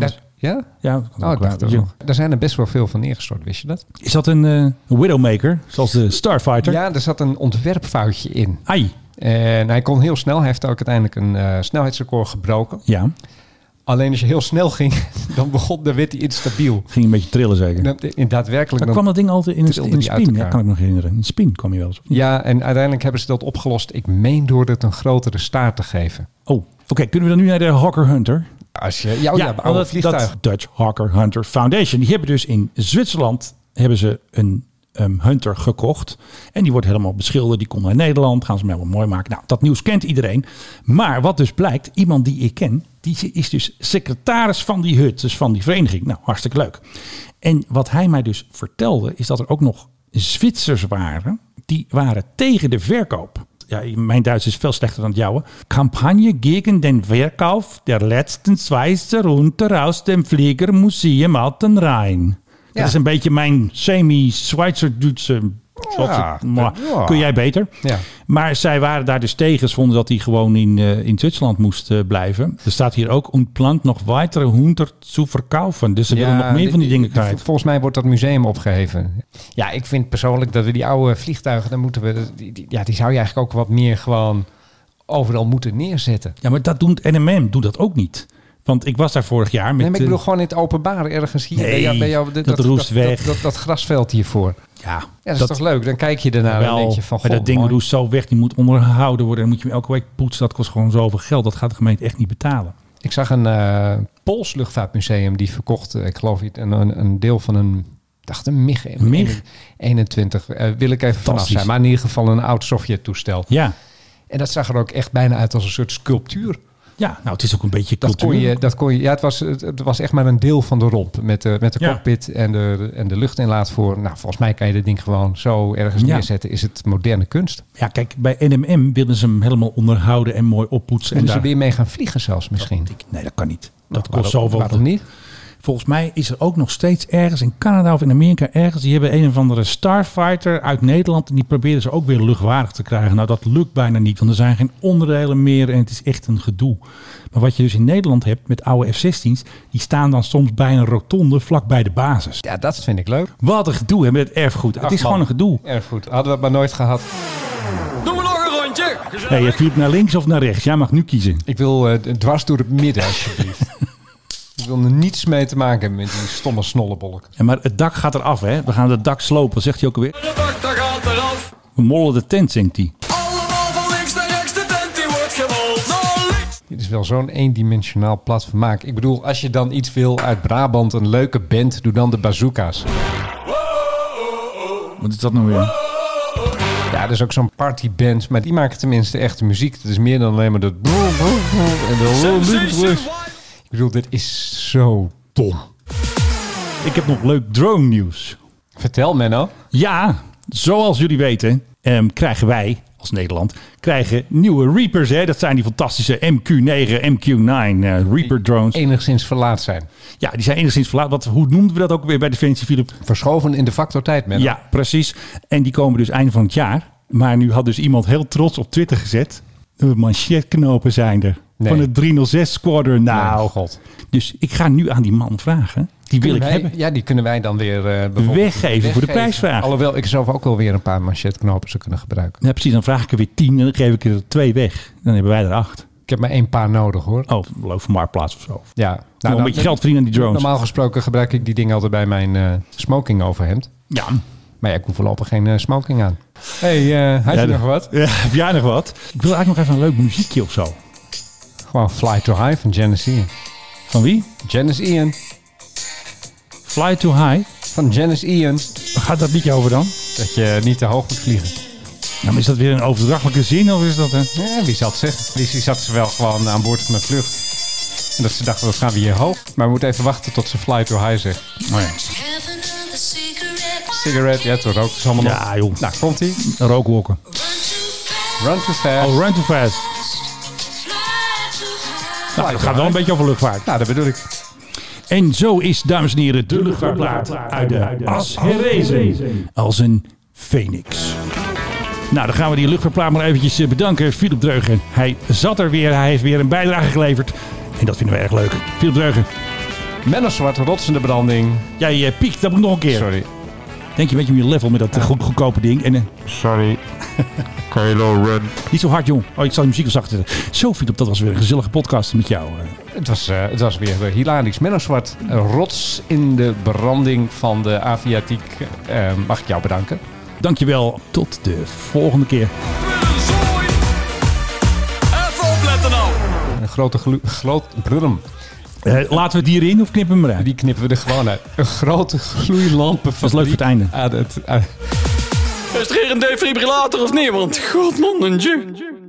Speaker 2: Ja?
Speaker 1: Ja,
Speaker 2: Oh, ik dacht ook nog. Daar zijn er best wel veel van neergestort, wist je dat?
Speaker 1: Is dat een uh, Widowmaker, zoals de Starfighter?
Speaker 2: Ja, er zat een ontwerpfoutje in.
Speaker 1: Ai.
Speaker 2: En hij kon heel snel. Hij heeft ook uiteindelijk een uh, snelheidsrecord gebroken.
Speaker 1: Ja.
Speaker 2: Alleen als je heel snel ging, dan begon, dan werd hij instabiel.
Speaker 1: Ging een beetje trillen zeker?
Speaker 2: Dan, in daadwerkelijk.
Speaker 1: Dan kwam dat ding altijd in een, in een spin, ja, kan ik me nog herinneren. In een spin kwam je wel eens.
Speaker 2: Ja, en uiteindelijk hebben ze dat opgelost. Ik meen door het een grotere staart te geven.
Speaker 1: Oh, oké. Okay, kunnen we dan nu naar de Hawker Hunter?
Speaker 2: Als je, ja, oh ja, ja
Speaker 1: dat, dat Dutch Hawker Hunter Foundation. Die hebben dus in Zwitserland hebben ze een um, Hunter gekocht. En die wordt helemaal beschilderd. Die komt naar Nederland. Gaan ze hem helemaal mooi maken. Nou, dat nieuws kent iedereen. Maar wat dus blijkt, iemand die ik ken, die is dus secretaris van die hut. Dus van die vereniging. Nou, hartstikke leuk. En wat hij mij dus vertelde, is dat er ook nog Zwitsers waren. Die waren tegen de verkoop. Ja, mijn Duits is veel slechter dan het jouwe. Campagne gegen den Verkauf der letzten Schweizer Hunter aus dem Fliegermuseum Alten Rhein. Ja. Dat is een beetje mijn semi-Schweizer-Duitse. Ja, maar ja. Kun jij beter. Ja. Maar zij waren daar dus tegen. Ze vonden dat hij gewoon in, uh, in Zwitserland moest uh, blijven. Er staat hier ook een plant nog weitere Hunter te verkaufen. Dus ze ja, willen nog meer van die dingen krijgen.
Speaker 2: Volgens mij wordt dat museum opgeheven. Ja, ik vind persoonlijk dat we die oude vliegtuigen, dan moeten we, die, die, ja, die zou je eigenlijk ook wat meer gewoon overal moeten neerzetten.
Speaker 1: Ja, maar dat doet N M M, doet dat ook niet. Want ik was daar vorig jaar met...
Speaker 2: Nee, maar ik bedoel gewoon in het openbaar ergens hier.
Speaker 1: Nee,
Speaker 2: bij jou, bij jou,
Speaker 1: dat,
Speaker 2: dat
Speaker 1: roest
Speaker 2: dat,
Speaker 1: weg.
Speaker 2: Dat, dat, dat grasveld hiervoor.
Speaker 1: Ja,
Speaker 2: ja dat, dat is toch leuk? Dan kijk je ernaar en denk je van...
Speaker 1: Maar dat ding mooi. roest zo weg, die moet onderhouden worden. Dan moet je hem elke week poetsen. Dat kost gewoon zoveel geld. Dat gaat de gemeente echt niet betalen.
Speaker 2: Ik zag een uh, Pools luchtvaartmuseum die verkocht, uh, ik geloof een, een, een deel van een... dacht een MiG.
Speaker 1: MiG?
Speaker 2: eenentwintig. Uh, wil ik even vanaf zijn. Maar in ieder geval een oud Sovjet-toestel.
Speaker 1: Ja.
Speaker 2: En dat zag er ook echt bijna uit als een soort sculptuur.
Speaker 1: Ja, nou het is ook een beetje
Speaker 2: dat kon je, dat kon je, ja, het was, het was echt maar een deel van de romp. Met de, met de ja. cockpit en de, en de luchtinlaat voor. Nou, volgens mij kan je dit ding gewoon zo ergens ja. neerzetten. Is het moderne kunst.
Speaker 1: Ja, kijk, bij N M M willen ze hem helemaal onderhouden en mooi oppoetsen.
Speaker 2: Kunnen
Speaker 1: en
Speaker 2: ze
Speaker 1: daar...
Speaker 2: weer mee gaan vliegen zelfs misschien?
Speaker 1: Dat, nee, dat kan niet. Dat
Speaker 2: nou,
Speaker 1: kost zoveel.
Speaker 2: Waarom niet?
Speaker 1: Volgens mij is er ook nog steeds ergens in Canada of in Amerika ergens. Die hebben een of andere Starfighter uit Nederland. En die proberen ze ook weer luchtwaardig te krijgen. Nou, dat lukt bijna niet. Want er zijn geen onderdelen meer. En het is echt een gedoe. Maar wat je dus in Nederland hebt met oude F zestien's. Die staan dan soms bij een rotonde vlak bij de basis.
Speaker 2: Ja, dat vind ik leuk.
Speaker 1: Wat een gedoe hè, met het erfgoed. Ach, het is man. gewoon een gedoe.
Speaker 2: Erfgoed. Hadden we het maar nooit gehad.
Speaker 10: Doen we nog een rondje?
Speaker 1: Hey, je vliegt naar links of naar rechts? Jij mag nu kiezen.
Speaker 2: Ik wil uh, dwars door het midden alsjeblieft. Ik wil er niets mee te maken hebben met die stomme snollebolk.
Speaker 1: Ja, maar het dak gaat eraf, hè? We gaan het dak slopen, zegt hij ook alweer.
Speaker 10: Het dak dat gaat eraf.
Speaker 1: We mollen de tent, zingt hij.
Speaker 10: Allemaal van links naar rechts, de tent die wordt gemold. Naar links.
Speaker 2: Dit is wel zo'n eendimensionaal plat vermaak. Ik bedoel, als je dan iets wil uit Brabant, een leuke band, doe dan de bazooka's.
Speaker 1: Wat is dat nou weer?
Speaker 2: Ja, dat is ook zo'n partyband, maar die maken tenminste echte muziek. Het is meer dan alleen maar dat... En de... Ik bedoel, dit is zo dom.
Speaker 1: Ik heb nog leuk drone nieuws.
Speaker 2: Vertel, Menno.
Speaker 1: Ja, zoals jullie weten, um, krijgen wij als Nederland krijgen nieuwe Reapers. Hè? Dat zijn die fantastische M Q negen, M Q negen uh, Reaper drones.
Speaker 2: Die enigszins verlaat zijn.
Speaker 1: Ja, die zijn enigszins verlaat. Wat, hoe noemden we dat ook weer bij Defensie, Philip?
Speaker 2: Verschoven in de factor tijd, Menno.
Speaker 1: Ja, precies. En die komen dus einde van het jaar. Maar nu had dus iemand heel trots op Twitter gezet. De manchetknopen zijn er. Nee. Van het driehonderdzes Squadron. Nou,
Speaker 2: nee, god.
Speaker 1: Dus ik ga nu aan die man vragen. Die
Speaker 2: kunnen
Speaker 1: wil ik
Speaker 2: wij,
Speaker 1: hebben.
Speaker 2: Ja, die kunnen wij dan weer uh,
Speaker 1: weggeven, weggeven voor de prijsvraag.
Speaker 2: Alhoewel ik zelf ook wel weer een paar manchetknopen zou kunnen gebruiken.
Speaker 1: Ja, precies. Dan vraag ik er weer tien en dan geef ik er twee weg. Dan hebben wij er acht.
Speaker 2: Ik heb maar één paar nodig, hoor.
Speaker 1: Oh, geloof van Marktplaats of zo.
Speaker 2: Ja. Nou,
Speaker 1: nou, een beetje geld verdienen aan die drones.
Speaker 2: Normaal gesproken gebruik ik die dingen altijd bij mijn uh, smoking overhemd.
Speaker 1: Ja.
Speaker 2: Maar ja, ik hoef voorlopig geen uh, smoking aan. Hé, hey, uh, had je ja, nog wat?
Speaker 1: Ja, heb jij nog wat? Ik wil eigenlijk nog even een leuk muziekje of zo.
Speaker 2: Gewoon Fly to High van Janis Ian.
Speaker 1: Van wie?
Speaker 2: Janis Ian.
Speaker 1: Fly to High?
Speaker 2: Van Janis Ian.
Speaker 1: Waar gaat dat liedje over dan?
Speaker 2: Dat je niet te hoog moet vliegen.
Speaker 1: Nou, maar is dat weer een overdrachtelijke zin of is dat een...
Speaker 2: Ja, wie zal het zeggen? Wie zat ze wel gewoon aan boord van een vlucht. En dat ze dachten, dat gaan we hier hoog. Maar we moeten even wachten tot ze Fly to High zegt.
Speaker 1: Oh ja.
Speaker 2: Cigarette, ja, toen rookt ze allemaal
Speaker 1: ja,
Speaker 2: nog.
Speaker 1: joh.
Speaker 2: Nou, komt ie.
Speaker 1: Rookwalken.
Speaker 2: Run too fast.
Speaker 1: Oh, run too fast. Nou, dat gaat wel een beetje over luchtvaart.
Speaker 2: Nou, dat bedoel ik.
Speaker 1: En zo is, dames en heren, de luchtvaartplaat uit de as herrezen. Als een phoenix. Nou, dan gaan we die luchtvaartplaat maar eventjes bedanken. Philip Dreugen, hij zat er weer. Hij heeft weer een bijdrage geleverd. En dat vinden we erg leuk. Philip Dreugen.
Speaker 2: Menno Zwart, rotsende branding.
Speaker 1: Jij uh, piekt, dat moet nog een keer.
Speaker 2: Sorry.
Speaker 1: Denk je een beetje om je level met dat uh, goed, goedkope ding. En, uh,
Speaker 2: Sorry. Kylo Ren.
Speaker 1: Niet zo hard, jong. Oh, ik zal de muziek wel zachter zetten. Zo, Philip, dat was weer een gezellige podcast met jou. Uh.
Speaker 2: Het was, uh, het was weer uh, hilarisch. Menno Zwart, uh, rots in de branding van de aviatiek. Uh, mag ik jou bedanken.
Speaker 1: Dankjewel. Tot de volgende keer.
Speaker 10: Even opletten nou.
Speaker 2: Een grote glu- groot brum.
Speaker 1: Uh, laten we die erin of knippen we hem eruit?
Speaker 2: Die knippen we er gewoon uit. Een grote gloeilampen.
Speaker 1: Dat is leuk voor het einde.
Speaker 2: Aan het, aan...
Speaker 10: Is er hier een defibrillator of niet? Want god man, een ju.